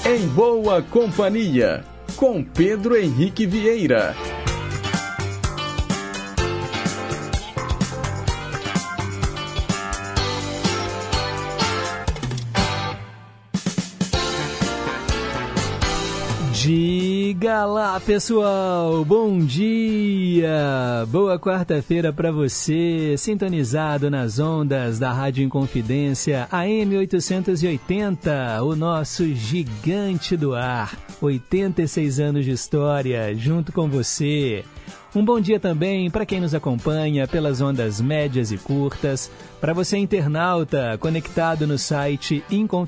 Em Boa Companhia, com Pedro Henrique Vieira. Diga lá, pessoal, bom dia, boa quarta-feira para você, sintonizado nas ondas da Rádio Inconfidência AM 880, o nosso gigante do ar, 86 anos de história, junto com você. Um bom dia também para quem nos acompanha pelas ondas médias e curtas, para você internauta conectado no site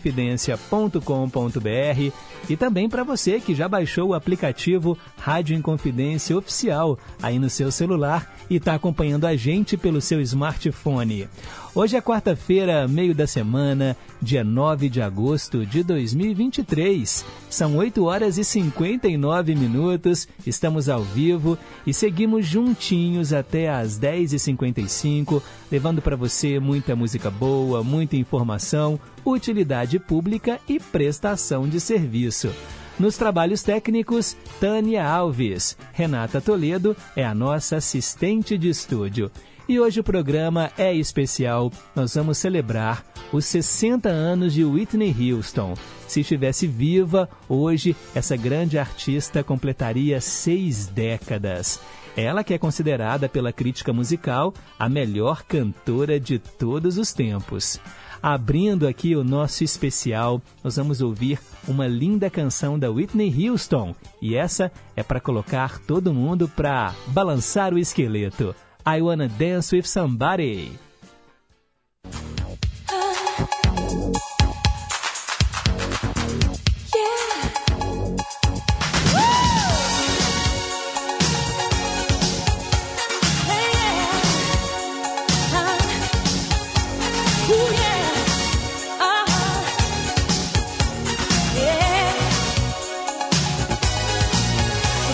inconfidencia.com.br e também para você que já baixou o aplicativo Rádio Inconfidência Oficial aí no seu celular e está acompanhando a gente pelo seu smartphone. Hoje é quarta-feira, meio da semana, dia 9 de agosto de 2023. São 8 horas e 59 minutos, estamos ao vivo e seguimos juntinhos até às 10h55, levando para você muita música boa, muita informação, utilidade pública e prestação de serviço. Nos trabalhos técnicos, Tânia Alves. Renata Toledo é a nossa assistente de estúdio. E hoje o programa é especial, nós vamos celebrar os 60 anos de Whitney Houston. Se estivesse viva, hoje essa grande artista completaria 6 décadas. Ela que é considerada pela crítica musical a melhor cantora de todos os tempos. Abrindo aqui o nosso especial, nós vamos ouvir uma linda canção da Whitney Houston. E essa é para colocar todo mundo para balançar o esqueleto. I Wanna Dance With Somebody.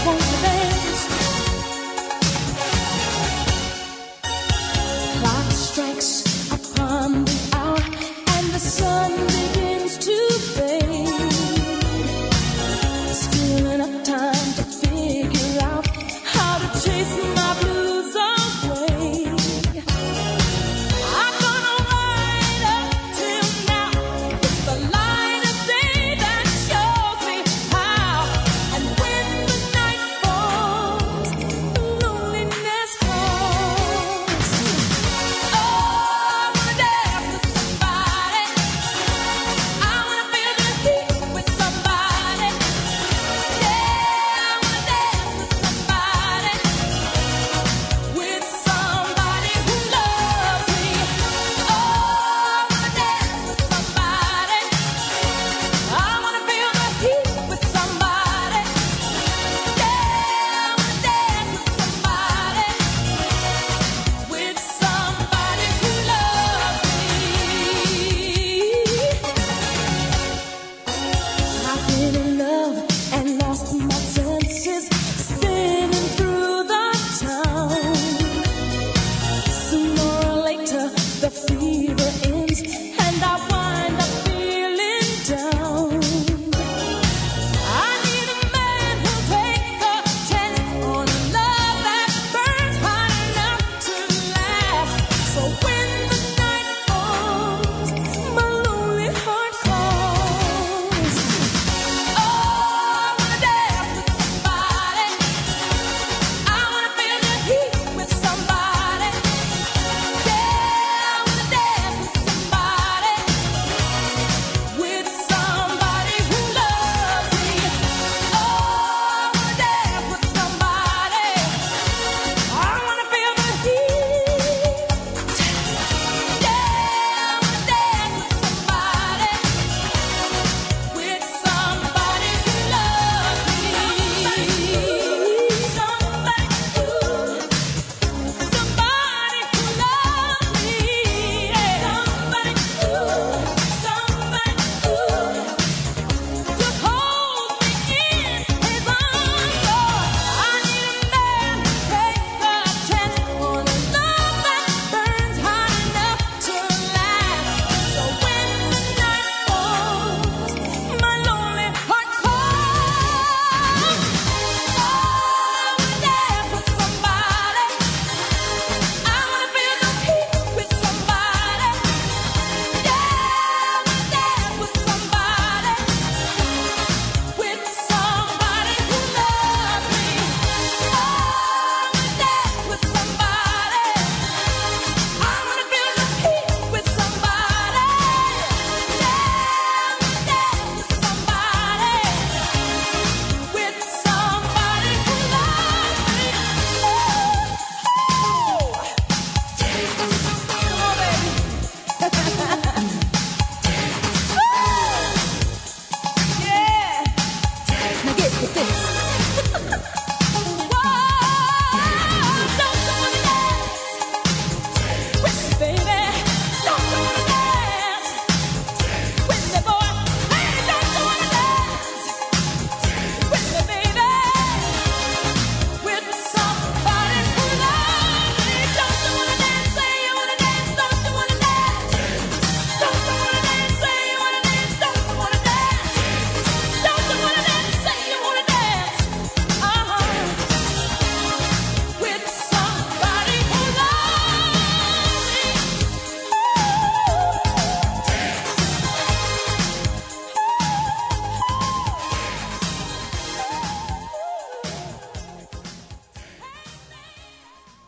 Clocks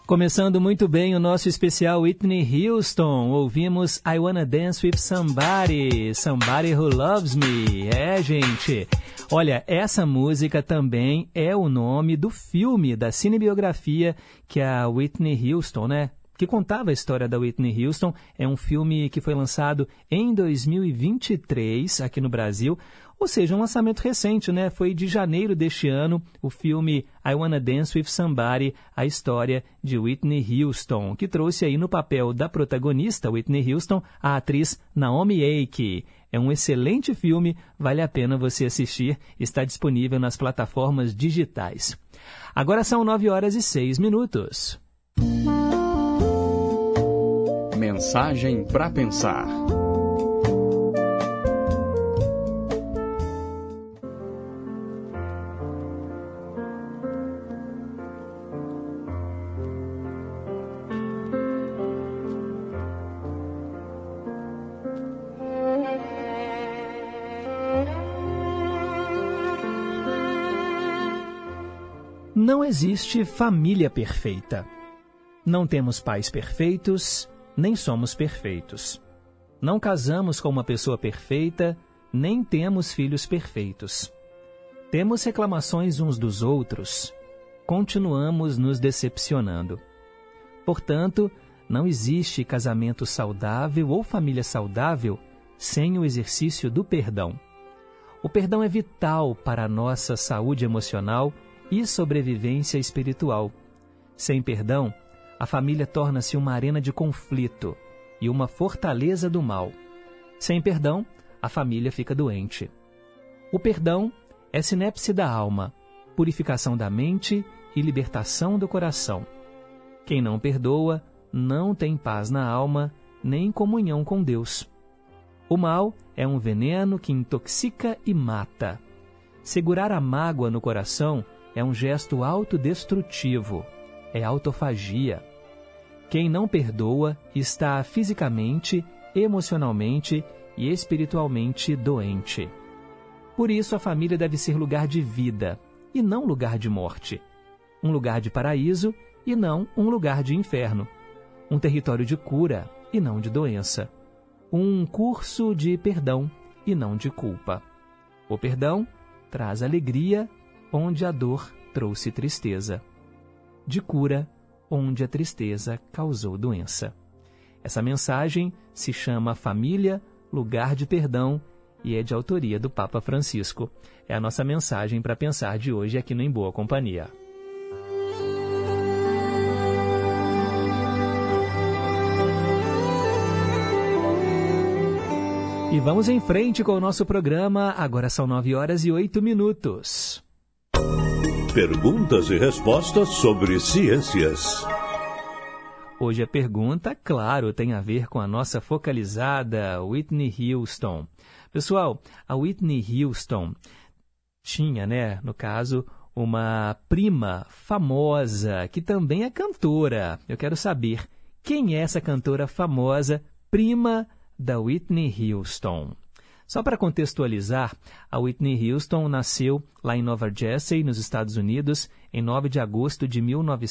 Começando muito bem o nosso especial Whitney Houston, ouvimos I Wanna Dance With Somebody, Somebody Who Loves Me. Gente, olha, essa música também é o nome do filme, da cinebiografia que a Whitney Houston, que contava a história da Whitney Houston. É um filme que foi lançado em 2023 aqui no Brasil, ou seja, um lançamento recente, Foi de janeiro deste ano, o filme I Wanna Dance With Somebody, a história de Whitney Houston, que trouxe aí no papel da protagonista, Whitney Houston, a atriz Naomi Ackie. É um excelente filme, vale a pena você assistir, está disponível nas plataformas digitais. Agora são 9h06. Mensagem para pensar. Não existe família perfeita. Não temos pais perfeitos, nem somos perfeitos. Não casamos com uma pessoa perfeita, nem temos filhos perfeitos. Temos reclamações uns dos outros. Continuamos nos decepcionando. Portanto, não existe casamento saudável ou família saudável sem o exercício do perdão. O perdão é vital para a nossa saúde emocional e sobrevivência espiritual. Sem perdão, a família torna-se uma arena de conflito e uma fortaleza do mal. Sem perdão, a família fica doente. O perdão é sinapse da alma, purificação da mente e libertação do coração. Quem não perdoa não tem paz na alma, nem comunhão com Deus. O mal é um veneno que intoxica e mata. Segurar a mágoa no coração é um gesto autodestrutivo, é autofagia. Quem não perdoa está fisicamente, emocionalmente e espiritualmente doente. Por isso a família deve ser lugar de vida e não lugar de morte. Um lugar de paraíso e não um lugar de inferno. Um território de cura e não de doença. Um curso de perdão e não de culpa. O perdão traz alegria onde a dor trouxe tristeza. De cura onde a tristeza causou doença. Essa mensagem se chama Família, Lugar de Perdão e é de autoria do Papa Francisco. É a nossa mensagem para pensar de hoje aqui no Em Boa Companhia. E vamos em frente com o nosso programa. Agora são 9h08. Perguntas e respostas sobre ciências. Hoje a pergunta, claro, tem a ver com a nossa focalizada Whitney Houston. Pessoal, a Whitney Houston tinha, no caso, uma prima famosa que também é cantora. Eu quero saber quem é essa cantora famosa, prima da Whitney Houston. Só para contextualizar, a Whitney Houston nasceu lá em Nova Jersey, nos Estados Unidos, em 9 de agosto de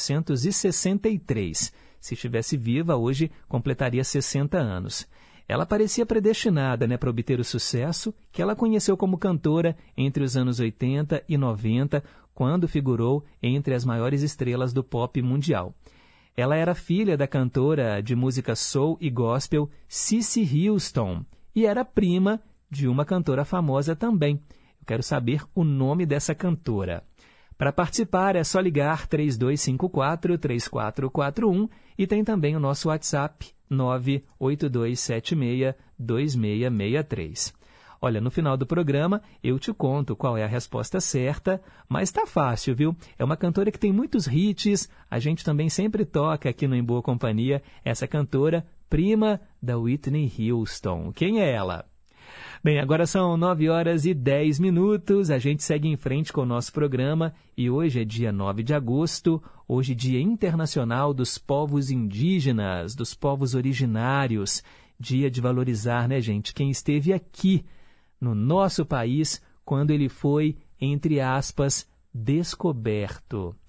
1963. Se estivesse viva, hoje completaria 60 anos. Ela parecia predestinada para obter o sucesso que ela conheceu como cantora entre os anos 80 e 90, quando figurou entre as maiores estrelas do pop mundial. Ela era filha da cantora de música soul e gospel Cissy Houston e era prima de uma cantora famosa também. Eu quero saber o nome dessa cantora. Para participar é só ligar 3254-3441 e tem também o nosso WhatsApp 982762663. Olha, no final do programa eu te conto qual é a resposta certa, mas tá fácil, viu? É uma cantora que tem muitos hits, a gente também sempre toca aqui no Em Boa Companhia essa cantora, prima da Whitney Houston. Quem é ela? Bem, agora são 9h10, a gente segue em frente com o nosso programa e hoje é dia 9 de agosto, hoje Dia Internacional dos Povos Indígenas, dos Povos Originários, dia de valorizar, gente, quem esteve aqui no nosso país quando ele foi, entre aspas, descoberto.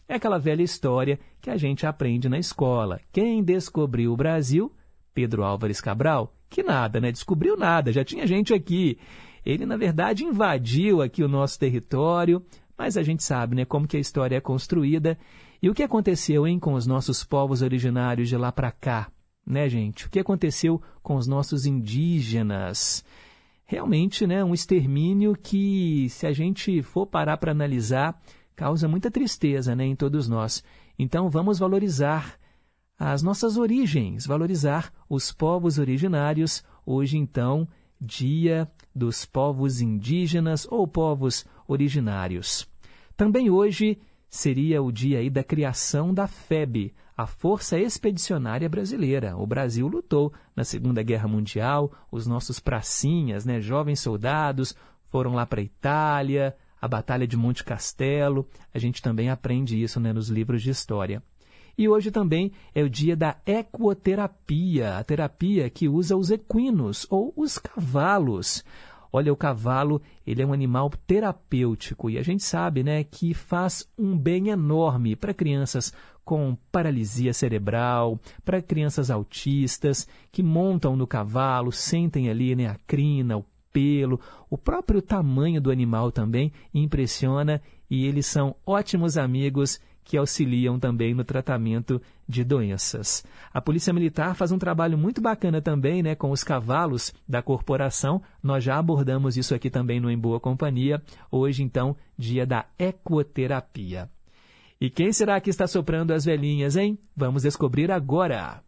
É aquela velha história que a gente aprende na escola. Quem descobriu o Brasil? Pedro Álvares Cabral? Que nada, né? Descobriu nada, já tinha gente aqui. Ele, na verdade, invadiu aqui o nosso território, mas a gente sabe, né, como que a história é construída. E o que aconteceu, hein, com os nossos povos originários de lá para cá, né, gente? O que aconteceu com os nossos indígenas? Realmente, né, um extermínio que, se a gente for parar para analisar, causa muita tristeza, né, em todos nós. Então, vamos valorizar as nossas origens, valorizar os povos originários. Hoje, então, Dia dos Povos Indígenas ou Povos Originários. Também hoje seria o dia aí da criação da FEB, a Força Expedicionária Brasileira. O Brasil lutou na Segunda Guerra Mundial, os nossos pracinhas, né, jovens soldados, foram lá para a Itália, a Batalha de Monte Castelo. A gente também aprende isso, né, nos livros de história. E hoje também é o dia da equoterapia, a terapia que usa os equinos ou os cavalos. Olha, o cavalo, ele é um animal terapêutico e a gente sabe, né, que faz um bem enorme para crianças com paralisia cerebral, para crianças autistas que montam no cavalo, sentem ali, né, a crina, o pelo, o próprio tamanho do animal também impressiona e eles são ótimos amigos que auxiliam também no tratamento de doenças. A Polícia Militar faz um trabalho muito bacana também, né, com os cavalos da corporação. Nós já abordamos isso aqui também no Em Boa Companhia. Hoje, então, dia da ecoterapia. E quem será que está soprando as velhinhas, hein? Vamos descobrir agora.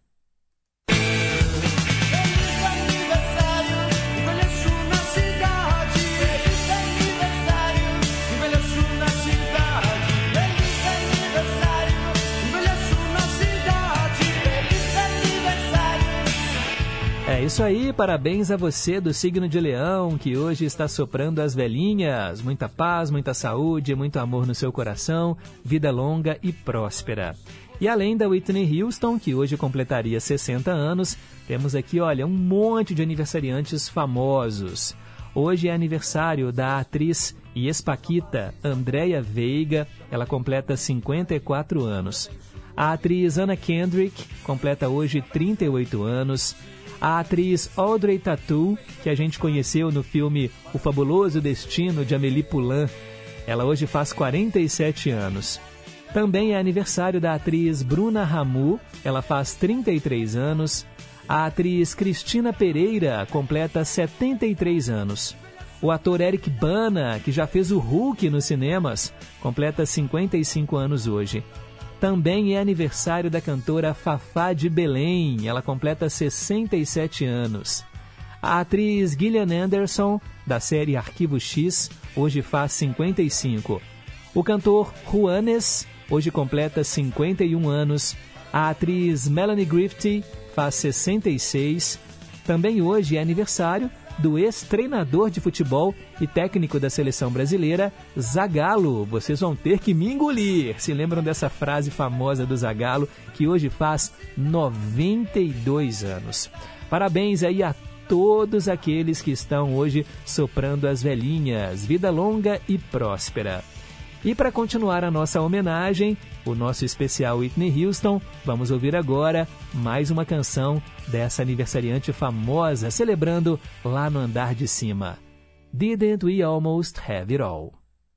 É isso aí, parabéns a você do signo de Leão, que hoje está soprando as velhinhas. Muita paz, muita saúde, muito amor no seu coração, vida longa e próspera. E além da Whitney Houston, que hoje completaria 60 anos, temos aqui, olha, um monte de aniversariantes famosos. Hoje é aniversário da atriz e ex-paquita Andréa Veiga, ela completa 54 anos. A atriz Anna Kendrick completa hoje 38 anos. A atriz Audrey Tautou, que a gente conheceu no filme O Fabuloso Destino de Amélie Poulain, ela hoje faz 47 anos. Também é aniversário da atriz Bruna Ramu, ela faz 33 anos. A atriz Cristina Pereira completa 73 anos. O ator Eric Bana, que já fez o Hulk nos cinemas, completa 55 anos hoje. Também é aniversário da cantora Fafá de Belém, ela completa 67 anos. A atriz Gillian Anderson, da série Arquivo X, hoje faz 55. O cantor Juanes, hoje completa 51 anos. A atriz Melanie Griffith faz 66. Também hoje é aniversário do ex-treinador de futebol e técnico da seleção brasileira, Zagallo. Vocês vão ter que me engolir. Se lembram dessa frase famosa do Zagallo, que hoje faz 92 anos. Parabéns aí a todos aqueles que estão hoje soprando as velhinhas. Vida longa e próspera. E para continuar a nossa homenagem, o nosso especial Whitney Houston, vamos ouvir agora mais uma canção dessa aniversariante famosa, celebrando lá no andar de cima. Didn't we almost have it all?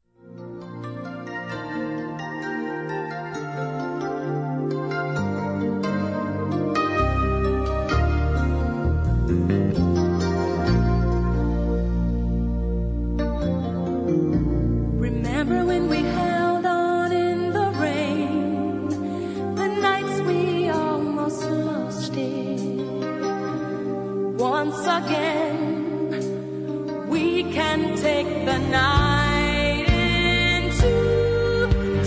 Remember when we held on in the rain, the nights we almost lost it. Once again, we can take the night into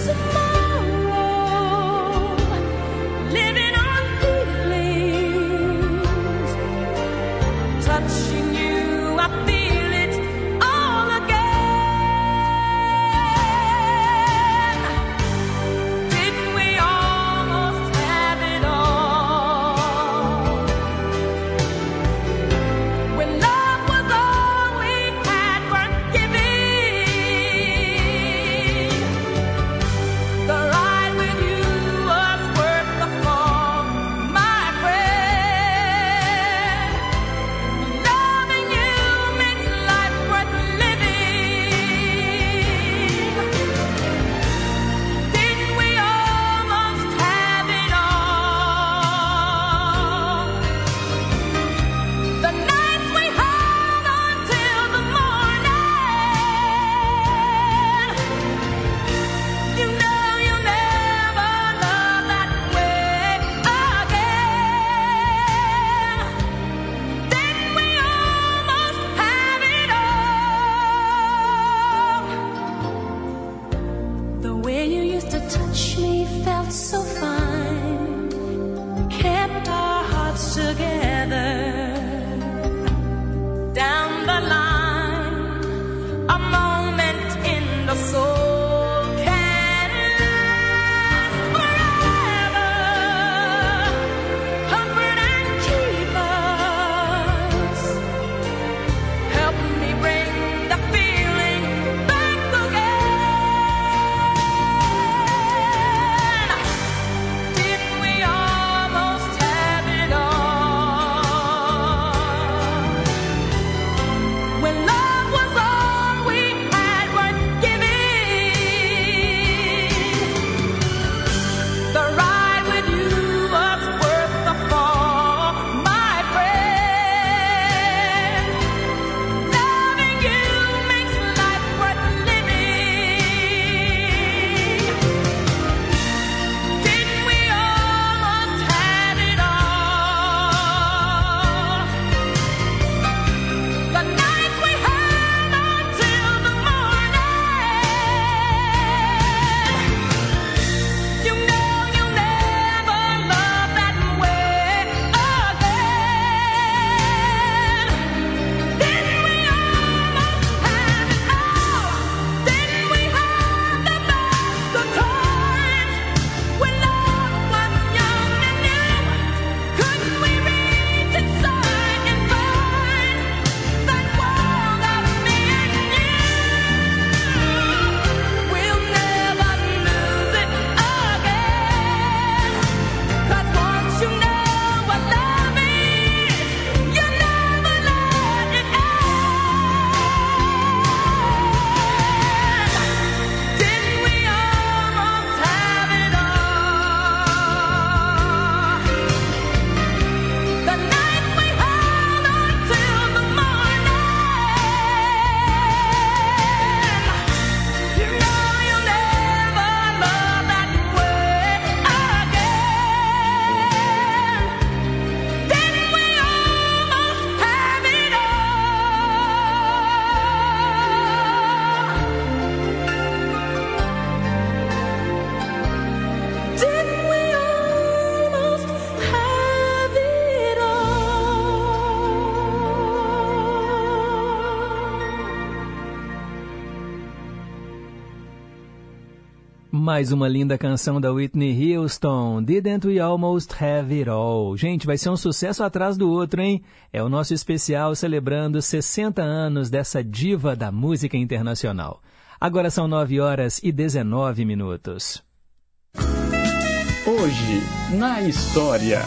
tomorrow, living on feelings, touching you, I feel it all again. Didn't we almost have it all? When love was all we had worth giving, Mais uma linda canção da Whitney Houston, Didn't We Almost Have It All? Gente, vai ser um sucesso atrás do outro, hein? É o nosso especial celebrando 60 anos dessa diva da música internacional. Agora são 9h19. Hoje, na história.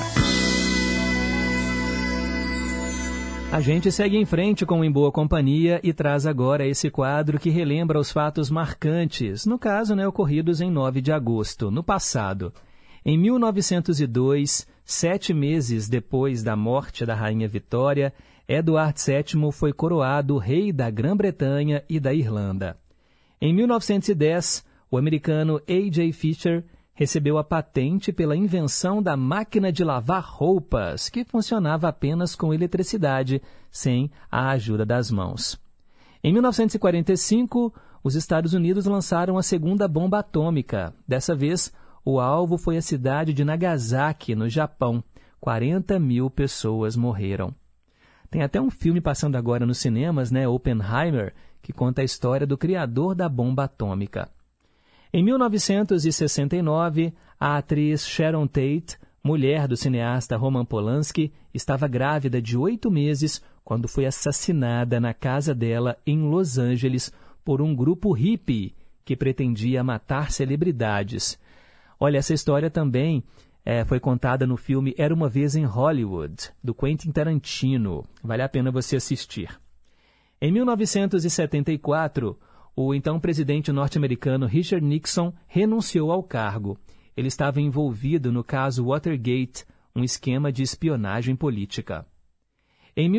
A gente segue em frente com Em Boa Companhia e traz agora esse quadro que relembra os fatos marcantes, no caso, ocorridos em 9 de agosto, no passado. Em 1902, 7 meses depois da morte da Rainha Vitória, Eduardo VII foi coroado rei da Grã-Bretanha e da Irlanda. Em 1910, o americano A.J. Fisher recebeu a patente pela invenção da máquina de lavar roupas, que funcionava apenas com eletricidade, sem a ajuda das mãos. Em 1945, os Estados Unidos lançaram a segunda bomba atômica. Dessa vez, o alvo foi a cidade de Nagasaki, no Japão. 40 mil pessoas morreram. Tem até um filme passando agora nos cinemas, Oppenheimer, que conta a história do criador da bomba atômica. Em 1969, a atriz Sharon Tate, mulher do cineasta Roman Polanski, estava grávida de 8 meses quando foi assassinada na casa dela em Los Angeles por um grupo hippie que pretendia matar celebridades. Olha, essa história também foi contada no filme Era Uma Vez em Hollywood, do Quentin Tarantino. Vale a pena você assistir. Em 1974, o então presidente norte-americano Richard Nixon renunciou ao cargo. Ele estava envolvido no caso Watergate, um esquema de espionagem política. Em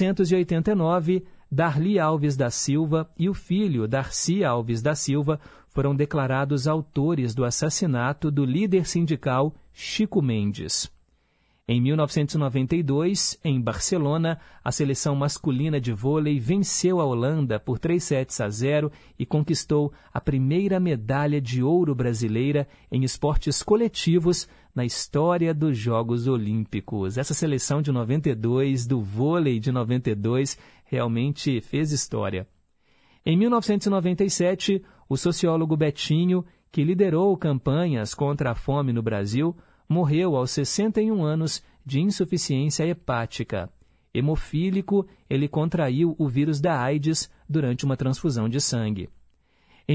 1989, Darli Alves da Silva e o filho Darcy Alves da Silva foram declarados autores do assassinato do líder sindical Chico Mendes. Em 1992, em Barcelona, a seleção masculina de vôlei venceu a Holanda por 3-0 e conquistou a primeira medalha de ouro brasileira em esportes coletivos na história dos Jogos Olímpicos. Essa seleção de 92, do vôlei de 92, realmente fez história. Em 1997, o sociólogo Betinho, que liderou campanhas contra a fome no Brasil, morreu aos 61 anos de insuficiência hepática. Hemofílico, ele contraiu o vírus da AIDS durante uma transfusão de sangue. Em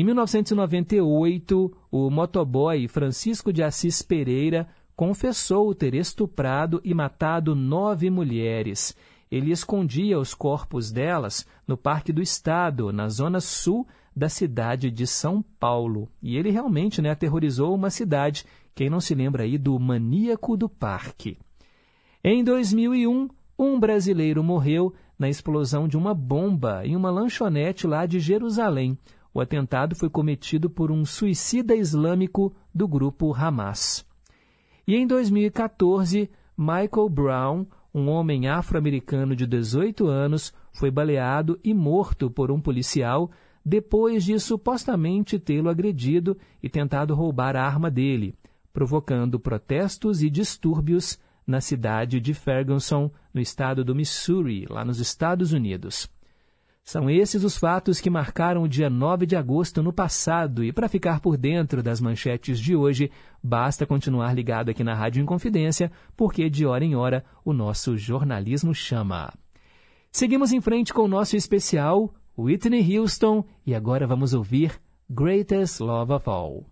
1998, o motoboy Francisco de Assis Pereira confessou ter estuprado e matado 9 mulheres. Ele escondia os corpos delas no Parque do Estado, na zona sul da cidade de São Paulo. E ele realmente aterrorizou uma cidade. Quem não se lembra aí do maníaco do parque? Em 2001, um brasileiro morreu na explosão de uma bomba em uma lanchonete lá de Jerusalém. O atentado foi cometido por um suicida islâmico do grupo Hamas. E em 2014, Michael Brown, um homem afro-americano de 18 anos, foi baleado e morto por um policial depois de supostamente tê-lo agredido e tentado roubar a arma dele, provocando protestos e distúrbios na cidade de Ferguson, no estado do Missouri, lá nos Estados Unidos. São esses os fatos que marcaram o dia 9 de agosto no passado, e para ficar por dentro das manchetes de hoje, basta continuar ligado aqui na Rádio Inconfidência, porque de hora em hora o nosso jornalismo chama. Seguimos em frente com o nosso especial Whitney Houston, e agora vamos ouvir Greatest Love of All.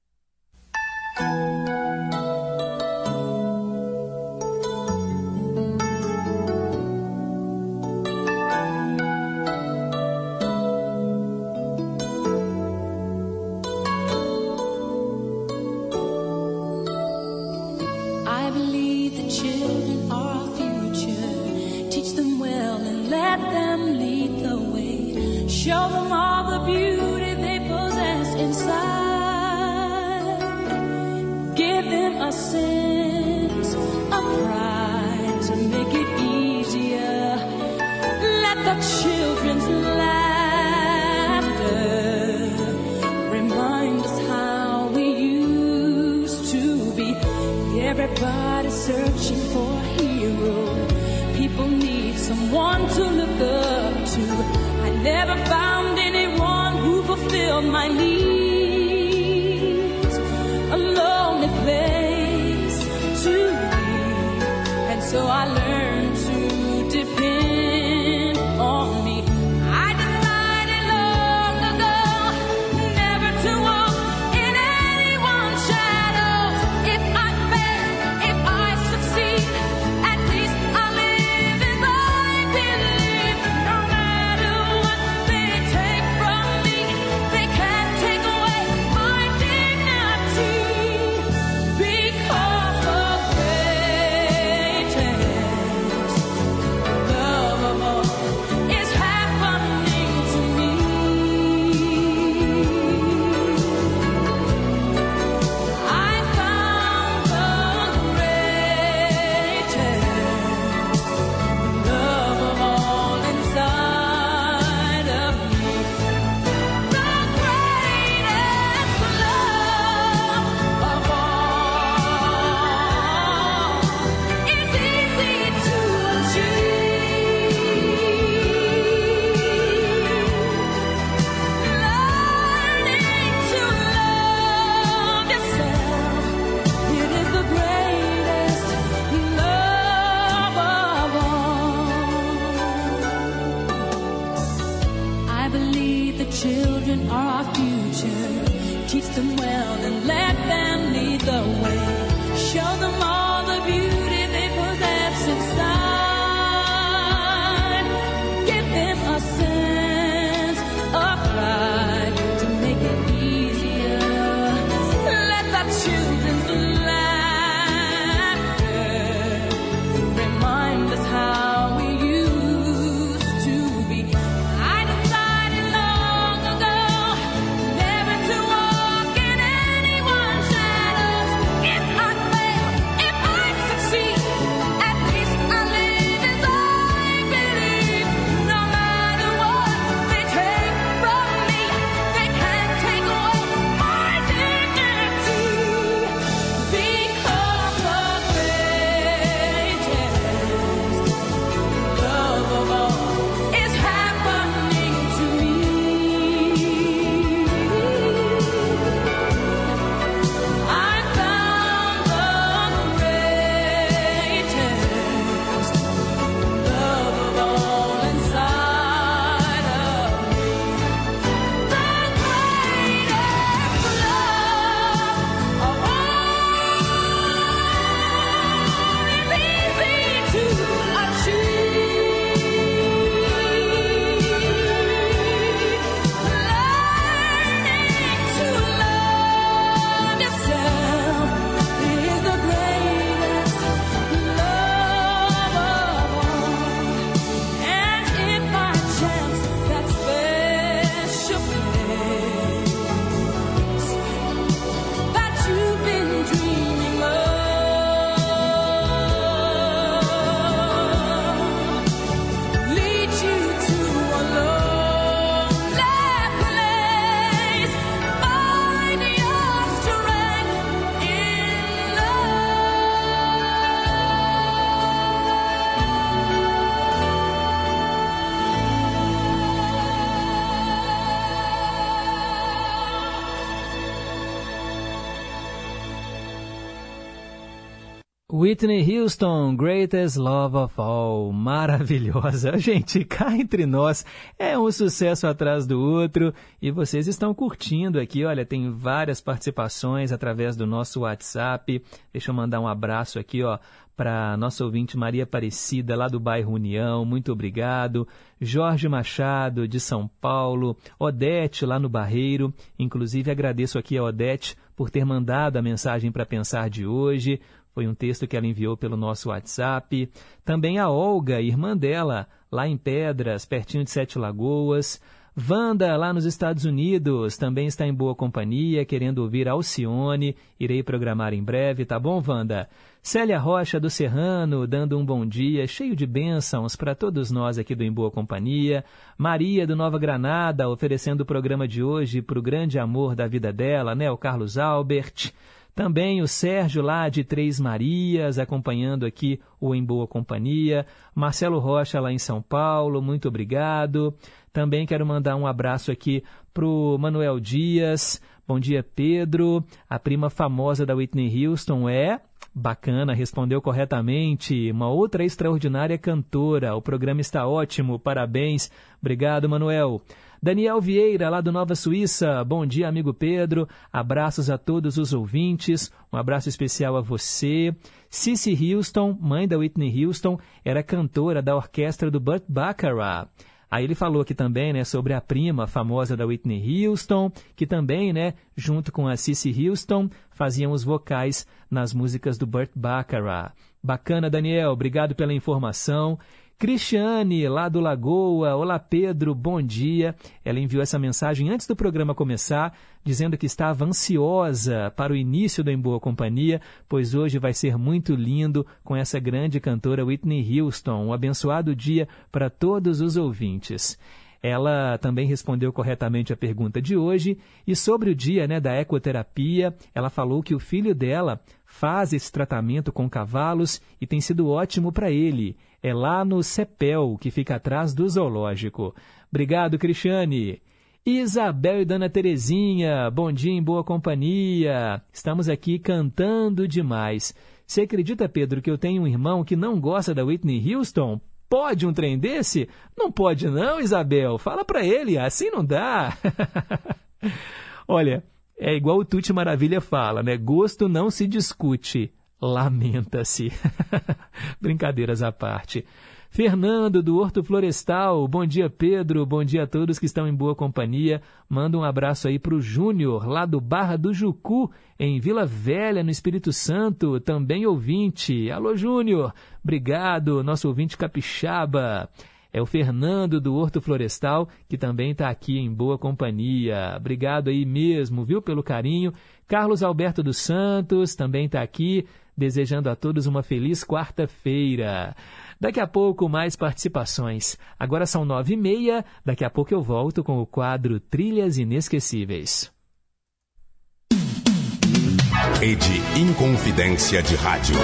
I believe the children are our future. Teach them well and let them lead the way. Show them all the beauty they possess inside. Give them a sense of pride to make it easier. Let the children's laughter remind us how we used to be. Everybody's searching for a hero. People need someone to look up to. I never found anyone who fulfilled my needs. Whitney Houston, Greatest Love of All, maravilhosa. Gente, cá entre nós, é um sucesso atrás do outro e vocês estão curtindo aqui, olha, tem várias participações através do nosso WhatsApp. Deixa eu mandar um abraço aqui, ó, para nossa ouvinte Maria Aparecida, lá do bairro União, muito obrigado. Jorge Machado, de São Paulo, Odete, lá no Barreiro, inclusive agradeço aqui a Odete por ter mandado a mensagem para pensar de hoje. Foi um texto que ela enviou pelo nosso WhatsApp. Também a Olga, irmã dela, lá em Pedras, pertinho de Sete Lagoas. Wanda, lá nos Estados Unidos, também está em boa companhia, querendo ouvir Alcione. Irei programar em breve, tá bom, Wanda? Célia Rocha, do Serrano, dando um bom dia, cheio de bênçãos para todos nós aqui do Em Boa Companhia. Maria, do Nova Granada, oferecendo o programa de hoje para o grande amor da vida dela, né, o Carlos Albert. Também o Sérgio, lá de Três Marias, acompanhando aqui o Em Boa Companhia. Marcelo Rocha, lá em São Paulo, muito obrigado. Também quero mandar um abraço aqui para o Manuel Dias. Bom dia, Pedro. A prima famosa da Whitney Houston é... Bacana, respondeu corretamente. Uma outra extraordinária cantora. O programa está ótimo, parabéns. Obrigado, Manuel. Daniel Vieira, lá do Nova Suíça. Bom dia, amigo Pedro. Abraços a todos os ouvintes. Um abraço especial a você. Cissy Houston, mãe da Whitney Houston, era cantora da orquestra do Burt Bacharach. Aí ele falou aqui também, né, sobre a prima famosa da Whitney Houston, que também, né, junto com a Cissy Houston, faziam os vocais nas músicas do Burt Bacharach. Bacana, Daniel, obrigado pela informação. Cristiane, lá do Lagoa. Olá, Pedro, bom dia. Ela enviou essa mensagem antes do programa começar, dizendo que estava ansiosa para o início do Em Boa Companhia, pois hoje vai ser muito lindo com essa grande cantora Whitney Houston. Um abençoado dia para todos os ouvintes. Ela também respondeu corretamente a pergunta de hoje e sobre o dia, né, da ecoterapia, ela falou que o filho dela faz esse tratamento com cavalos e tem sido ótimo para ele. É lá no CEPEL, que fica atrás do zoológico. Obrigado, Cristiane. Isabel e Dona Terezinha, bom dia Em Boa Companhia. Estamos aqui cantando demais. Você acredita, Pedro, que eu tenho um irmão que não gosta da Whitney Houston? Pode um trem desse? Não pode não, Isabel. Fala pra ele, assim não dá. Olha, é igual o Tuti Maravilha fala, né? Gosto não se discute, lamenta-se. Brincadeiras à parte. Fernando, do Horto Florestal. Bom dia, Pedro. Bom dia a todos que estão em boa companhia. Manda um abraço aí para o Júnior, lá do Barra do Jucu, em Vila Velha, no Espírito Santo. Também ouvinte. Alô, Júnior. Obrigado, nosso ouvinte capixaba. É o Fernando, do Horto Florestal, que também está aqui em boa companhia. Obrigado aí mesmo, viu, pelo carinho. Carlos Alberto dos Santos também está aqui, desejando a todos uma feliz quarta-feira. Daqui a pouco, mais participações. Agora são 9h30, daqui a pouco eu volto com o quadro Trilhas Inesquecíveis. Rede Inconfidência de Rádio.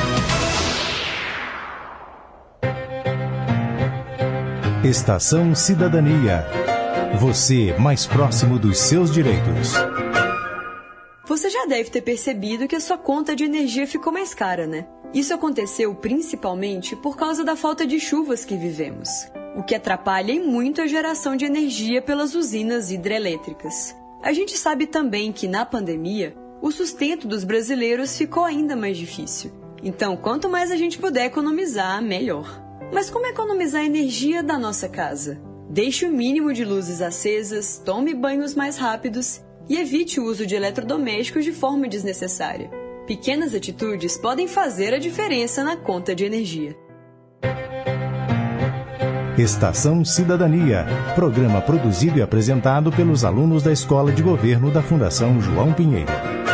Estação Cidadania. Você mais próximo dos seus direitos. Você já deve ter percebido que a sua conta de energia ficou mais cara, né? Isso aconteceu principalmente por causa da falta de chuvas que vivemos, o que atrapalha em muito a geração de energia pelas usinas hidrelétricas. A gente sabe também que, na pandemia, o sustento dos brasileiros ficou ainda mais difícil. Então, quanto mais a gente puder economizar, melhor. Mas como economizar a energia da nossa casa? Deixe o mínimo de luzes acesas, tome banhos mais rápidos e evite o uso de eletrodomésticos de forma desnecessária. Pequenas atitudes podem fazer a diferença na conta de energia. Estação Cidadania, programa produzido e apresentado pelos alunos da Escola de Governo da Fundação João Pinheiro.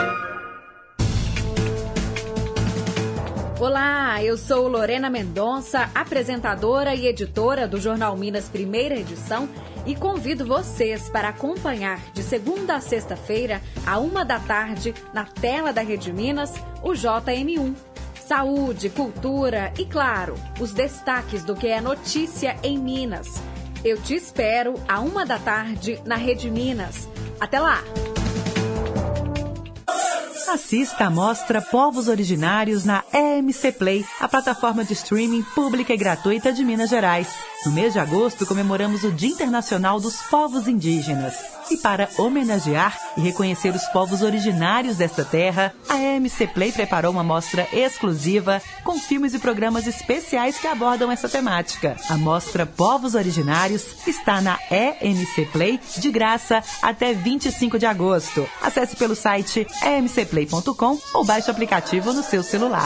Olá, eu sou Lorena Mendonça, apresentadora e editora do Jornal Minas Primeira Edição, e convido vocês para acompanhar de segunda a sexta-feira, à 13h, na tela da Rede Minas, o JM1. Saúde, cultura e, claro, os destaques do que é notícia em Minas. Eu te espero à 13h na Rede Minas. Até lá! Assista a mostra Povos Originários na EMC Play, a plataforma de streaming pública e gratuita de Minas Gerais. No mês de agosto, comemoramos o Dia Internacional dos Povos Indígenas. E para homenagear e reconhecer os povos originários desta terra, a EMC Play preparou uma mostra exclusiva com filmes e programas especiais que abordam essa temática. A mostra Povos Originários está na EMC Play de graça até 25 de agosto. Acesse pelo site emcplay.com ou baixe o aplicativo no seu celular.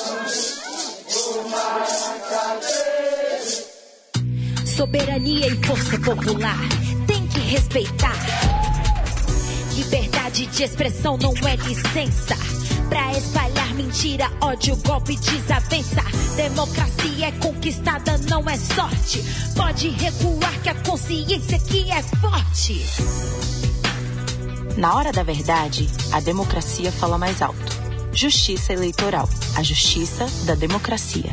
Soberania e força popular, tem que respeitar. Liberdade de expressão não é licença pra espalhar mentira, ódio, golpe, desavença. Democracia é conquistada, não é sorte. Pode recuar que a consciência aqui é forte. Na hora da verdade, a democracia fala mais alto. Justiça eleitoral, a justiça da democracia.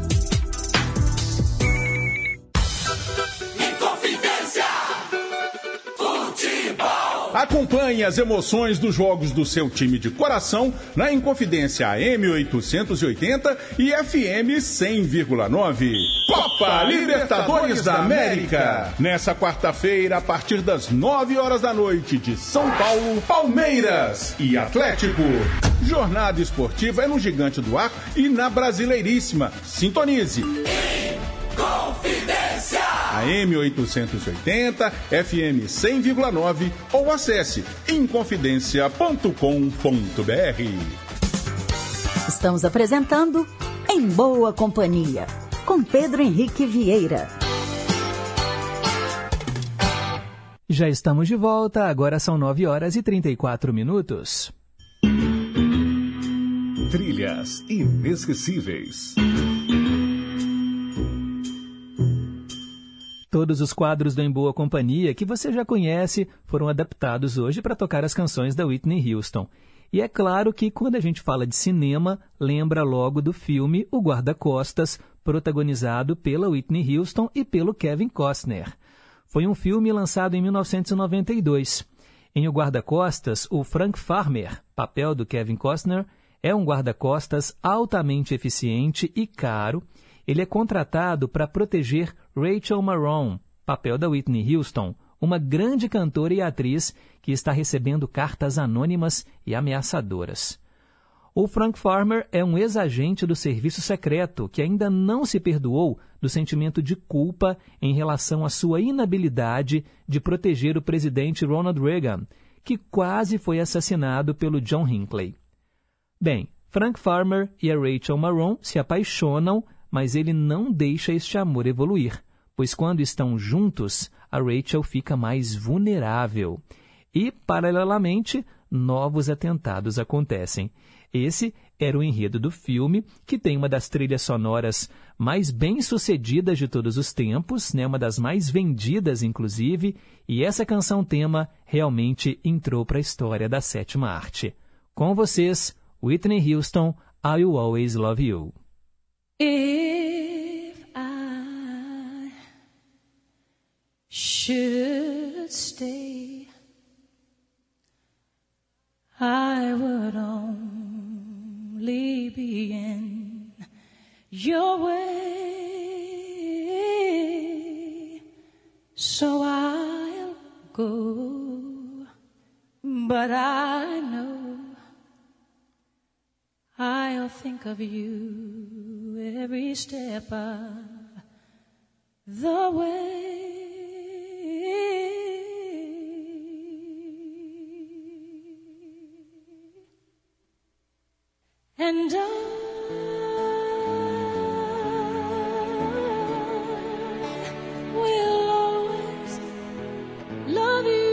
Acompanhe as emoções dos jogos do seu time de coração na Inconfidência AM 880 e FM 100,9. Copa Libertadores da América. Nessa quarta-feira, a partir das 9 horas da noite, de São Paulo, Palmeiras e Atlético. Jornada esportiva é no Gigante do Ar e na Brasileiríssima. Sintonize. Inconfidência! AM 880, FM 100,9 ou acesse inconfidencia.com.br. Estamos apresentando Em Boa Companhia, com Pedro Henrique Vieira. Já estamos de volta, agora são 9 horas e 34 minutos. Trilhas inesquecíveis. Todos os quadros do Em Boa Companhia, que você já conhece, foram adaptados hoje para tocar as canções da Whitney Houston. E é claro que quando a gente fala de cinema, lembra logo do filme O Guarda-Costas, protagonizado pela Whitney Houston e pelo Kevin Costner. Foi um filme lançado em 1992. Em O Guarda-Costas, o Frank Farmer, papel do Kevin Costner, é um guarda-costas altamente eficiente e caro. Ele é contratado para proteger Rachel Marron, papel da Whitney Houston, uma grande cantora e atriz que está recebendo cartas anônimas e ameaçadoras. O Frank Farmer é um ex-agente do serviço secreto que ainda não se perdoou do sentimento de culpa em relação à sua inabilidade de proteger o presidente Ronald Reagan, que quase foi assassinado pelo John Hinckley. Bem, Frank Farmer e a Rachel Marron se apaixonam, mas ele não deixa este amor evoluir, pois quando estão juntos, a Rachel fica mais vulnerável. E, paralelamente, novos atentados acontecem. Esse era o enredo do filme, que tem uma das trilhas sonoras mais bem-sucedidas de todos os tempos, né? Uma das mais vendidas, inclusive, e essa canção-tema realmente entrou para a história da sétima arte. Com vocês, Whitney Houston, I Will Always Love You. If I should stay, I would only be in your way, so I'll go, but I know I'll think of you every step of the way. And I will always love you.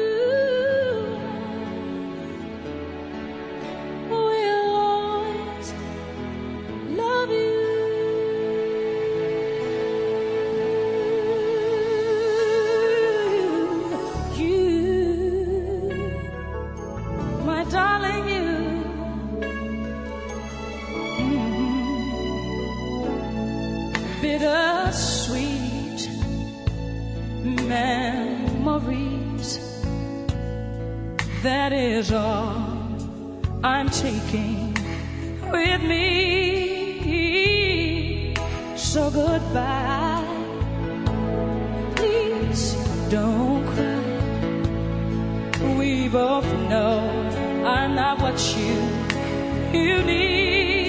Bittersweet memories, that is all I'm taking with me. So goodbye. Please don't cry. We both know I'm not what you need.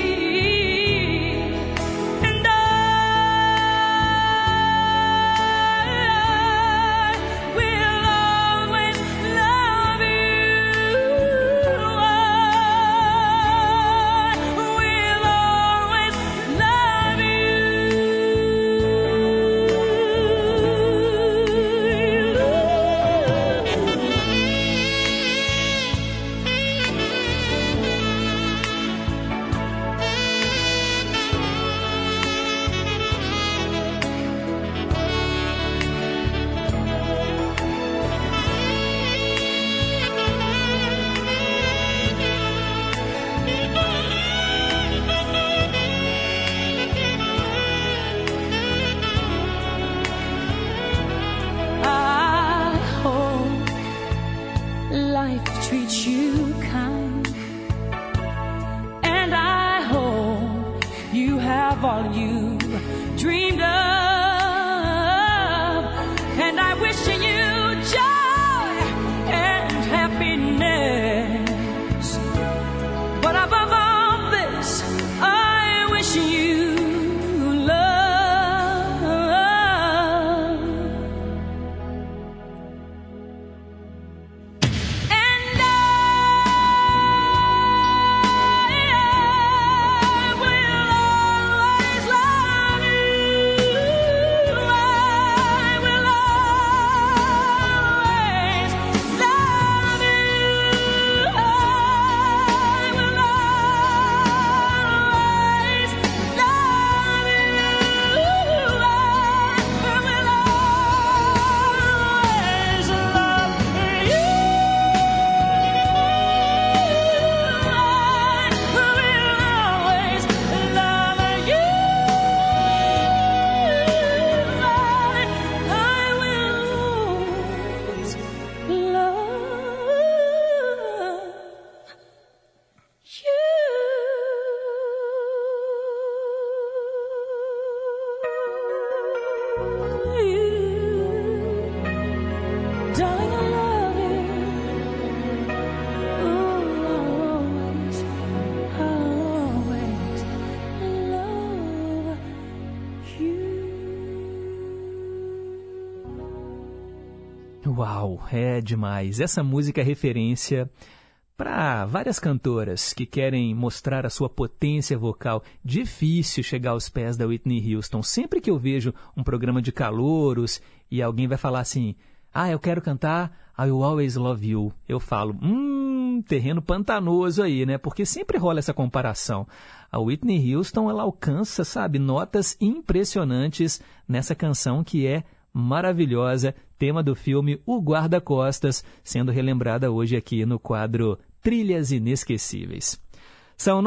Uau, é demais. Essa música é referência para várias cantoras que querem mostrar a sua potência vocal. Difícil chegar aos pés da Whitney Houston. Sempre que eu vejo um programa de calouros e alguém vai falar assim, eu quero cantar I Will Always Love You, eu falo, terreno pantanoso aí, né? Porque sempre rola essa comparação. A Whitney Houston, ela alcança, notas impressionantes nessa canção que é maravilhosa, tema do filme O Guarda-Costas, sendo relembrada hoje aqui no quadro Trilhas Inesquecíveis. São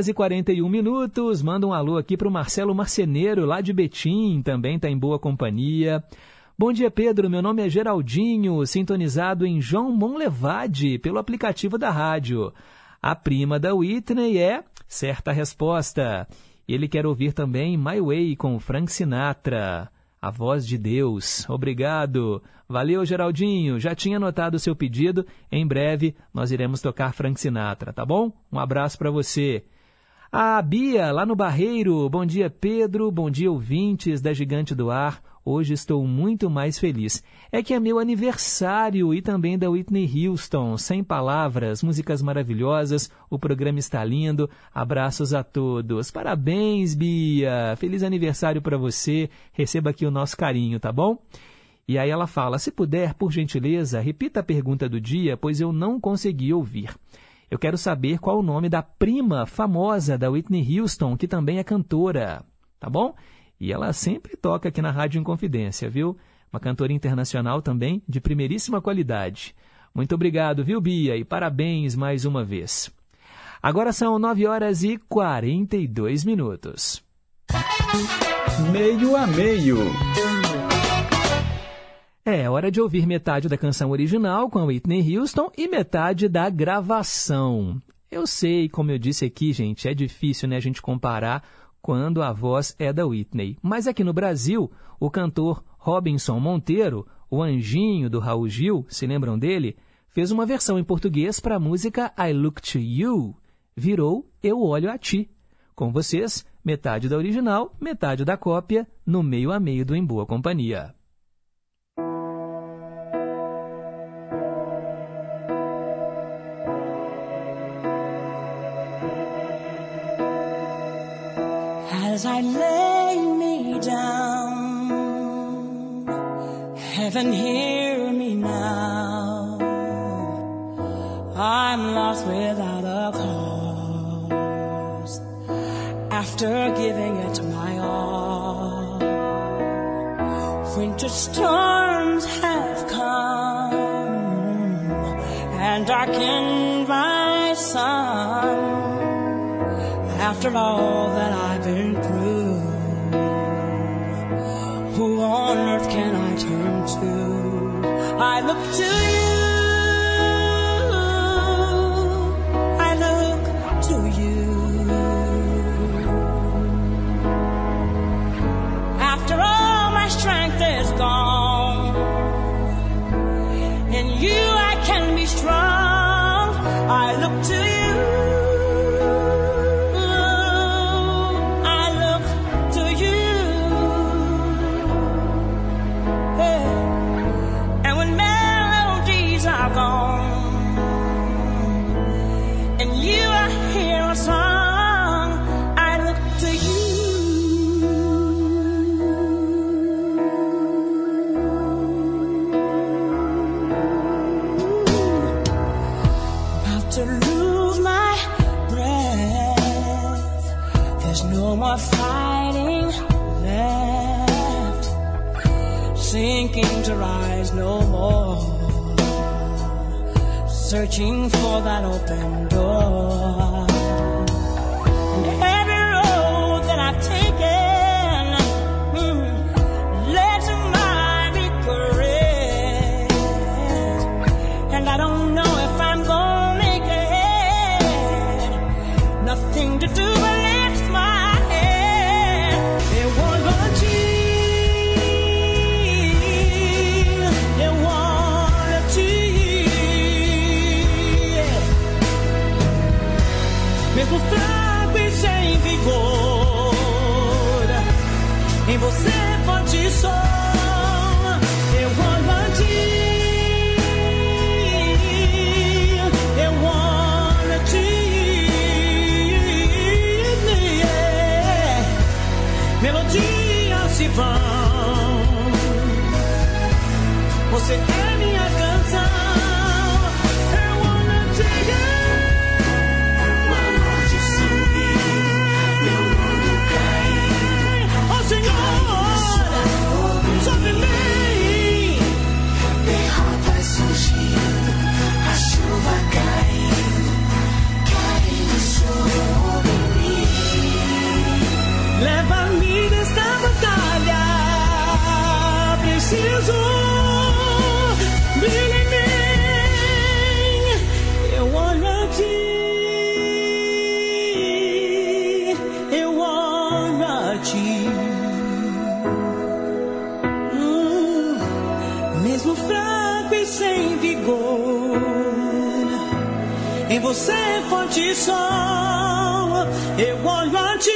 9h41, manda um alô aqui para o Marcelo Marceneiro, lá de Betim, também está em boa companhia. Bom dia, Pedro, meu nome é Geraldinho, sintonizado em João Monlevade, pelo aplicativo da rádio. A prima da Whitney é certa resposta. Ele quer ouvir também My Way com Frank Sinatra. A voz de Deus. Obrigado. Valeu, Geraldinho. Já tinha anotado o seu pedido. Em breve nós iremos tocar Frank Sinatra, tá bom? Um abraço para você. A Bia, lá no Barreiro. Bom dia, Pedro. Bom dia, ouvintes da Gigante do Ar. Hoje estou muito mais feliz. É que é meu aniversário e também da Whitney Houston. Sem palavras, músicas maravilhosas, o programa está lindo. Abraços a todos. Parabéns, Bia. Feliz aniversário para você. Receba aqui o nosso carinho, tá bom? E aí ela fala, se puder, por gentileza, repita a pergunta do dia, pois eu não consegui ouvir. Eu quero saber qual o nome da prima famosa da Whitney Houston, que também é cantora, tá bom? E ela sempre toca aqui na Rádio Inconfidência, viu? Uma cantora internacional também de primeiríssima qualidade. Muito obrigado, viu, Bia? E parabéns mais uma vez. Agora são 9h42. Meio a meio. É hora de ouvir metade da canção original com a Whitney Houston e metade da gravação. Eu sei, como eu disse aqui, gente, é difícil, né, a gente comparar quando a voz é da Whitney. Mas aqui no Brasil, o cantor Robinson Monteiro, o anjinho do Raul Gil, se lembram dele? Fez uma versão em português para a música I Look to You. Virou Eu Olho a Ti. Com vocês, metade da original, metade da cópia, no meio a meio do Em Boa Companhia. As I lay me down, heaven hear me now. I'm lost without a cause, after giving it my all. Winter storms have come and darkened my sun. After all that I've been through, who on earth can I turn to? I look to you, I look to you. After all my strength is gone, in you I can be strong. I look to you. Fighting left, sinking to rise no more, searching for that open door. And every road that I've taken led to my regret, and I don't know if I'm gonna make it. Nothing to do but lift my mesmo fraco e sem vigor, em você forte sou, eu olho a ti, eu olho a ti, melodias se vão, você é minha canção. Leva-me desta batalha, preciso, brilha em mim, eu olho a ti, eu olho a ti, mesmo fraco e sem vigor, em você forte sou, eu olho a ti.